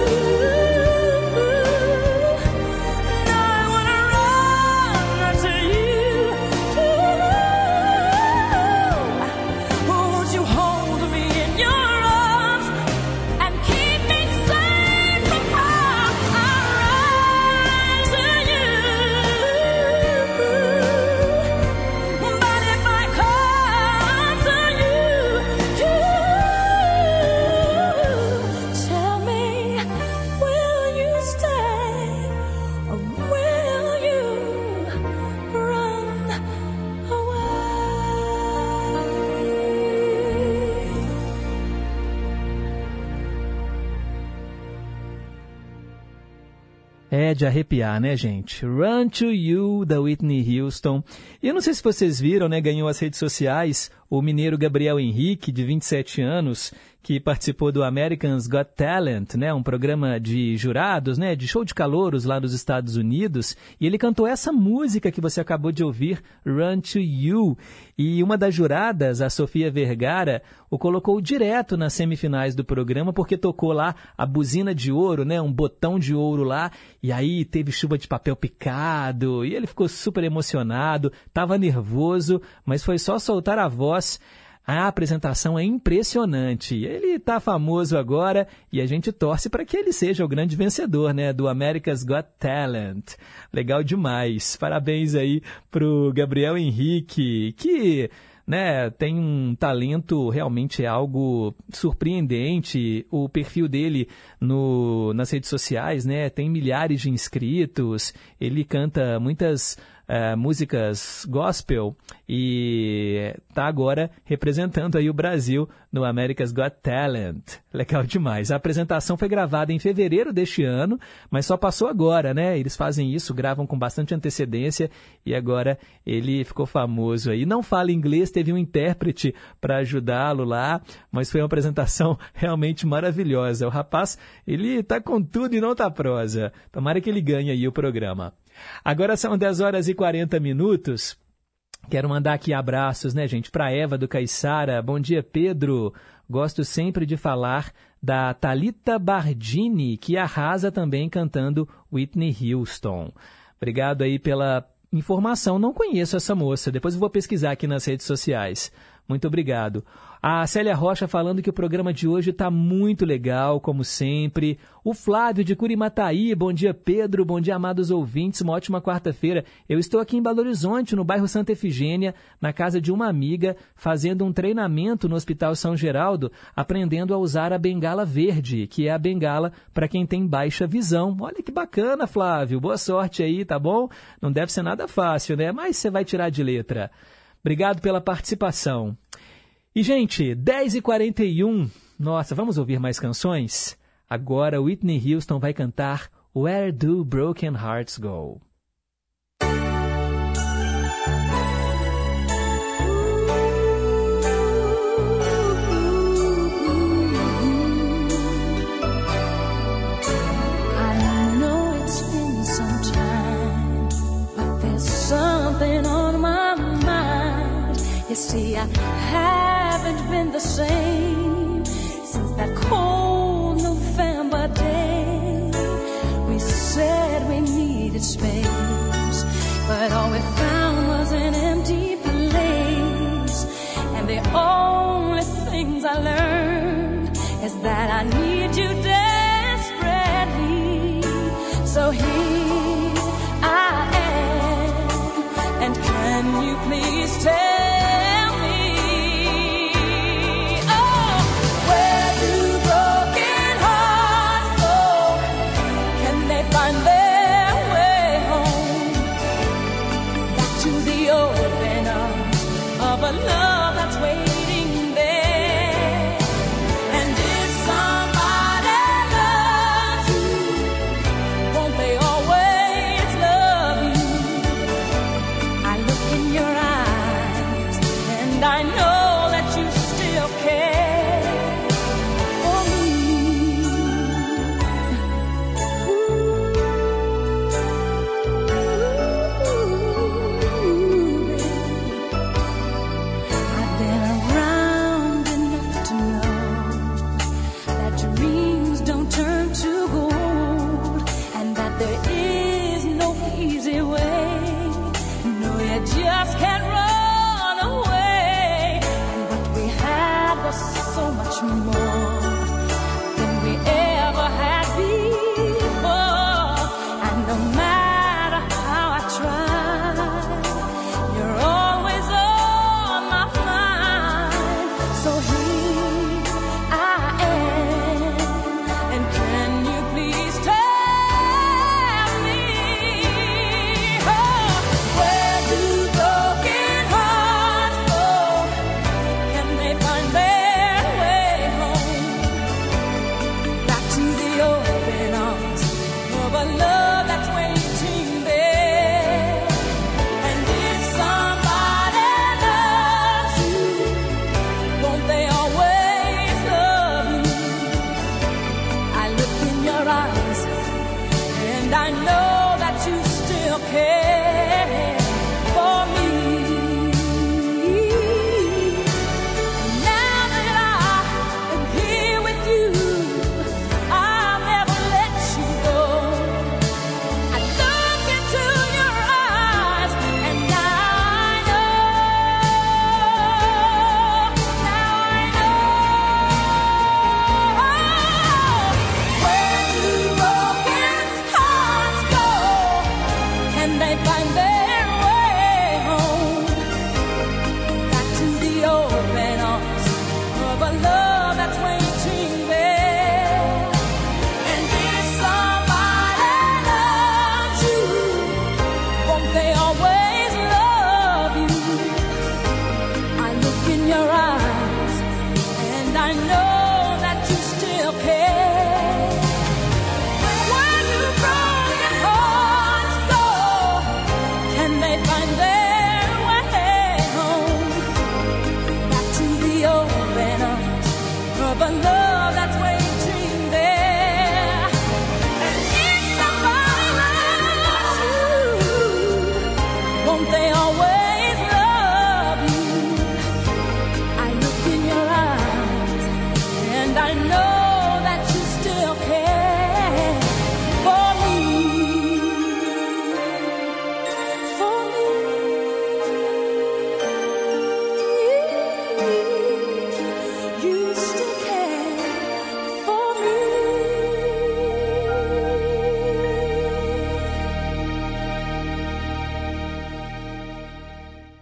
No, I wanna run to you. Won't you hold me in your arms and keep me safe from harm? I'll run to you. But if I come to you, tell me, will you stay or will you run away? É de arrepiar, né, gente? Run to You, da Whitney Houston. E eu não sei se vocês viram, né, ganhou as redes sociais o mineiro Gabriel Henrique, de 27 anos, que participou do America's Got Talent, né, um programa de jurados, né, de show de calouros lá nos Estados Unidos, e ele cantou essa música que você acabou de ouvir, Run to You, e uma das juradas, a Sofia Vergara, o colocou direto nas semifinais do programa, porque tocou lá a buzina de ouro, né, um botão de ouro lá, e aí teve chuva de papel picado, e ele ficou super emocionado, estava nervoso, mas foi só soltar a voz. A apresentação é impressionante. Ele está famoso agora e a gente torce para que ele seja o grande vencedor, né, do America's Got Talent. Legal demais. Parabéns aí pro Gabriel Henrique, que, né, tem um talento, realmente é algo surpreendente. O perfil dele nas redes sociais, né, tem milhares de inscritos. Ele canta muitas músicas gospel e está agora representando aí o Brasil no America's Got Talent. Legal demais. A apresentação foi gravada em fevereiro deste ano, mas só passou agora, né? Eles fazem isso, gravam com bastante antecedência e agora ele ficou famoso aí. Não fala inglês, teve um intérprete para ajudá-lo lá, mas foi uma apresentação realmente maravilhosa. O rapaz, ele está com tudo e não tá prosa. Tomara que ele ganhe aí o programa. Agora são 10 horas e 40 minutos. Quero mandar aqui abraços, né, gente, para Eva do Caiçara. Bom dia, Pedro. Gosto sempre de falar da Thalita Bardini, que arrasa também cantando Whitney Houston. Obrigado aí pela informação. Não conheço essa moça. Depois eu vou pesquisar aqui nas redes sociais. Muito obrigado. A Célia Rocha falando que o programa de hoje está muito legal, como sempre. O Flávio de Curimataí, bom dia, Pedro, bom dia, amados ouvintes, uma ótima quarta-feira. Eu estou aqui em Belo Horizonte, no bairro Santa Efigênia, na casa de uma amiga, fazendo um treinamento no Hospital São Geraldo, aprendendo a usar a bengala verde, que é a bengala para quem tem baixa visão. Olha que bacana, Flávio, boa sorte aí, tá bom? Não deve ser nada fácil, né? Mas você vai tirar de letra. Obrigado pela participação. E, gente, 10h41. Nossa, vamos ouvir mais canções? Agora, Whitney Houston vai cantar Where Do Broken Hearts Go? I know it's been some time, but there's something on my mind. You see, I haven't been the same since that cold November day. We said we needed space, but all we found was an empty place. And the only things I learned is that I need you desperately. So here I am, and can you please tell me, oh,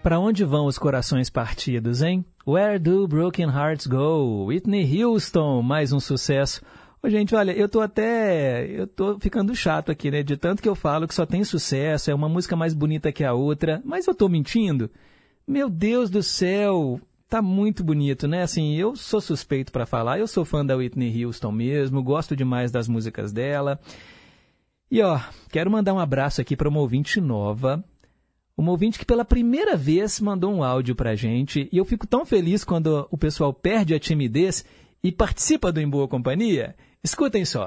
Para onde vão os corações partidos, hein? Where do broken hearts go? Whitney Houston, mais um sucesso. Ô, gente, olha, eu tô ficando chato aqui, né? De tanto que eu falo que só tem sucesso, é uma música mais bonita que a outra, mas eu tô mentindo? Meu Deus do céu, tá muito bonito, né? Assim, eu sou suspeito para falar, eu sou fã da Whitney Houston mesmo, gosto demais das músicas dela. E ó, quero mandar um abraço aqui para uma ouvinte nova, uma ouvinte que pela primeira vez mandou um áudio pra gente, e eu fico tão feliz quando o pessoal perde a timidez e participa do Em Boa Companhia. Escutem só.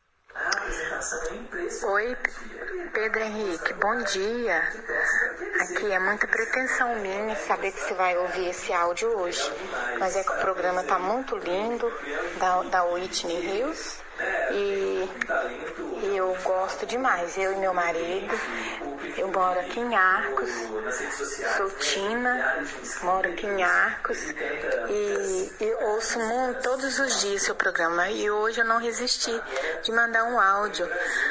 Oi, Pedro Henrique, bom dia. Aqui é muita pretensão minha saber que você vai ouvir esse áudio hoje, mas é que o programa tá muito lindo, da Whitney Houston, e eu gosto demais. Eu e meu marido, eu moro aqui em Arcos, sou Tina, moro aqui em Arcos, e ouço todos os dias seu programa, e hoje eu não resisti de mandar um áudio.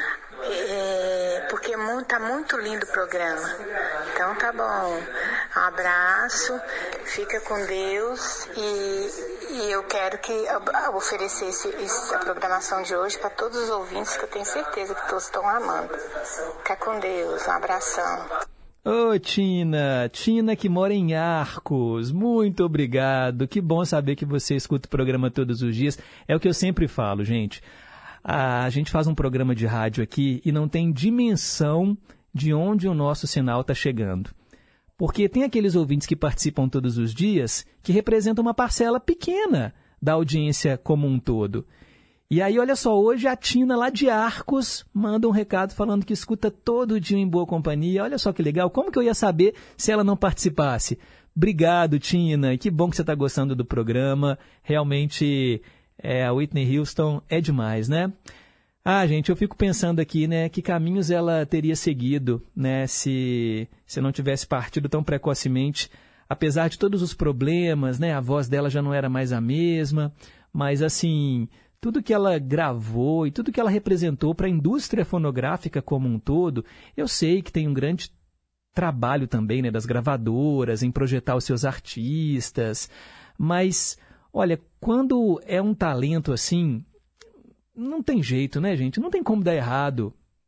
Porque tá muito lindo o programa. Então tá bom. Um abraço, fica com Deus, e eu quero oferecer essa programação de hoje para todos os ouvintes, que eu tenho certeza que todos estão amando. Fica com Deus, um abração. Ô, Tina que mora em Arcos, muito obrigado. Que bom saber que você escuta o programa todos os dias. É o que eu sempre falo, gente. A gente faz um programa de rádio aqui e não tem dimensão de onde o nosso sinal está chegando. Porque tem aqueles ouvintes que participam todos os dias que representam uma parcela pequena da audiência como um todo. E aí, olha só, hoje a Tina lá de Arcos manda um recado falando que escuta todo dia Em Boa Companhia. Olha só que legal, como que eu ia saber se ela não participasse? Obrigado, Tina, e que bom que você está gostando do programa. Realmente... a Whitney Houston é demais, né? Ah, gente, eu fico pensando aqui, né, que caminhos ela teria seguido, né, se não tivesse partido tão precocemente, apesar de todos os problemas, né, a voz dela já não era mais a mesma, mas assim, tudo que ela gravou e tudo que ela representou para a indústria fonográfica como um todo, eu sei que tem um grande trabalho também, né, das gravadoras em projetar os seus artistas, mas... Olha, quando é um talento assim, não tem jeito, né, gente? Não tem como dar errado.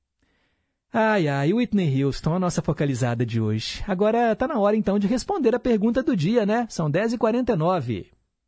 Ai, Whitney Houston, a nossa focalizada de hoje. Agora tá na hora, então, de responder a pergunta do dia, né? São 10h49.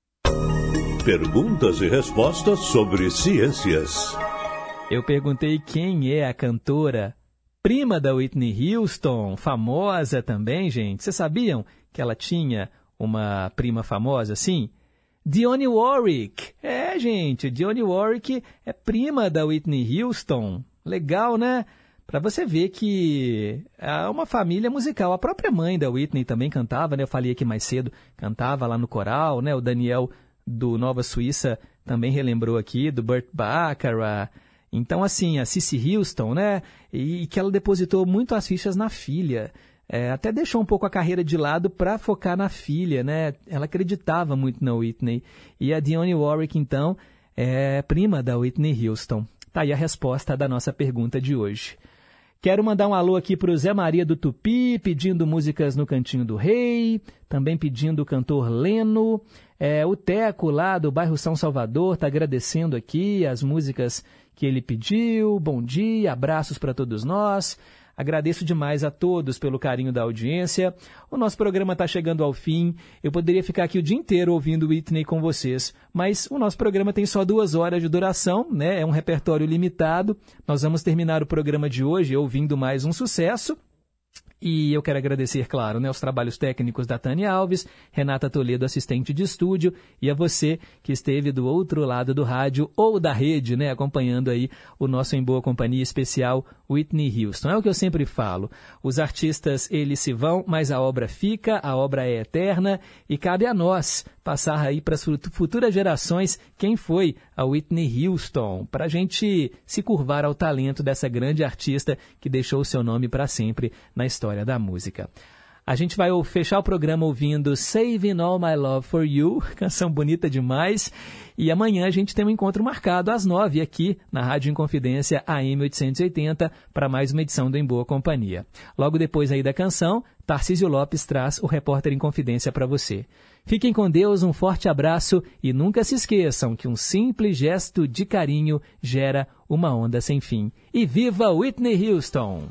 Perguntas e respostas sobre ciências. Eu perguntei quem é a cantora prima da Whitney Houston, famosa também, gente. Vocês sabiam que ela tinha uma prima famosa, assim? Dionne Warwick. Gente, Dionne Warwick é prima da Whitney Houston. Legal, né? Para você ver que é uma família musical. A própria mãe da Whitney também cantava, né? Eu falei aqui mais cedo, cantava lá no coral, né? O Daniel do Nova Suíça também relembrou aqui, do Burt Bacharach. Então, assim, a Cissy Houston, né? E que ela depositou muito as fichas na filha. Até deixou um pouco a carreira de lado para focar na filha, né? Ela acreditava muito na Whitney. E a Dionne Warwick, então, é prima da Whitney Houston. Tá aí a resposta da nossa pergunta de hoje. Quero mandar um alô aqui para o Zé Maria do Tupi, pedindo músicas no Cantinho do Rei, também pedindo o cantor Leno. O Teco, lá do bairro São Salvador, está agradecendo aqui as músicas que ele pediu. Bom dia, abraços para todos nós. Agradeço demais a todos pelo carinho da audiência. O nosso programa está chegando ao fim. Eu poderia ficar aqui o dia inteiro ouvindo Whitney com vocês, mas o nosso programa tem só 2 horas de duração, né? É um repertório limitado. Nós vamos terminar o programa de hoje ouvindo mais um sucesso. E eu quero agradecer, claro, né, os trabalhos técnicos da Tânia Alves, Renata Toledo, assistente de estúdio, e a você que esteve do outro lado do rádio ou da rede, né, acompanhando aí o nosso Em Boa Companhia especial Whitney Houston. É o que eu sempre falo, os artistas, eles se vão, mas a obra fica, a obra é eterna, e cabe a nós passar aí para as futuras gerações quem foi a Whitney Houston, para a gente se curvar ao talento dessa grande artista que deixou o seu nome para sempre na história da música. A gente vai fechar o programa ouvindo Saving All My Love For You, canção bonita demais. E amanhã a gente tem um encontro marcado às 9h aqui na Rádio Inconfidência AM 880 para mais uma edição do Em Boa Companhia. Logo depois aí da canção Tarcísio Lopes traz o Repórter em Confidência para você. Fiquem com Deus, um forte abraço e nunca se esqueçam que um simples gesto de carinho gera uma onda sem fim. E viva Whitney Houston!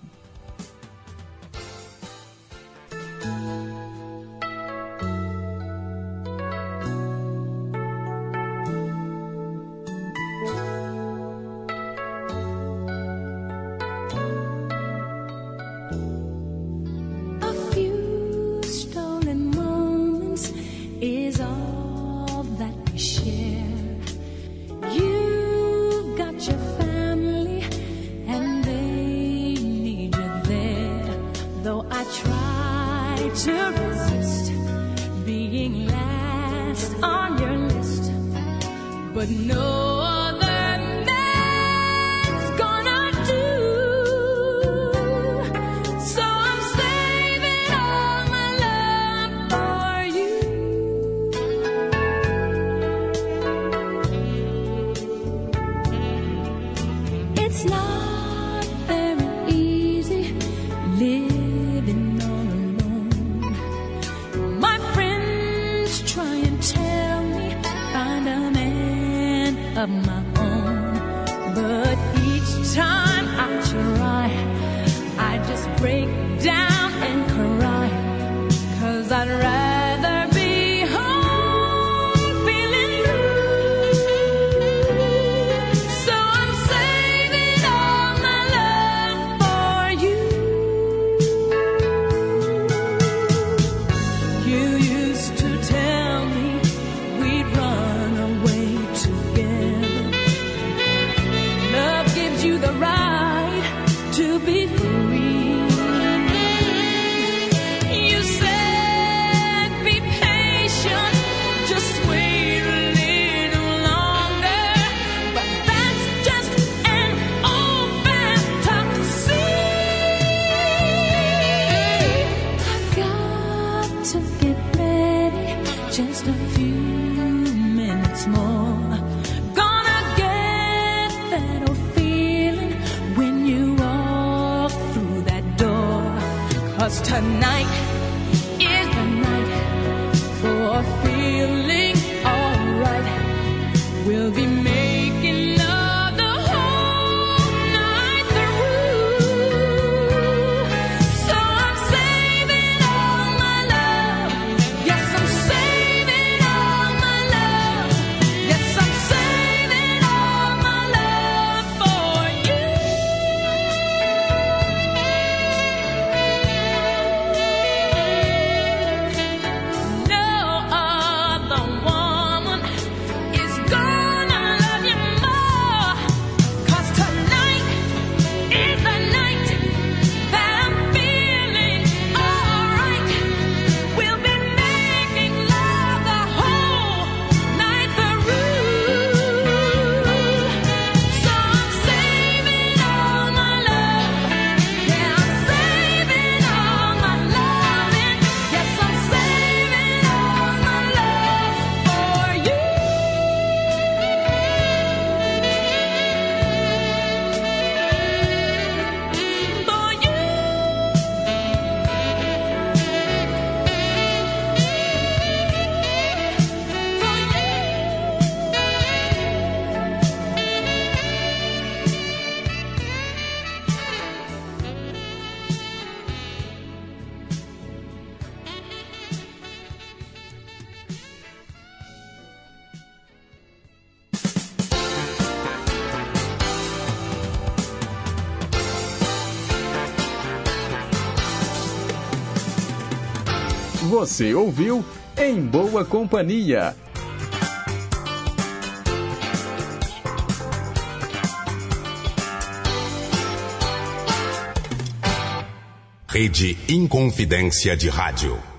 Você ouviu Em Boa Companhia. Rede Inconfidência de Rádio.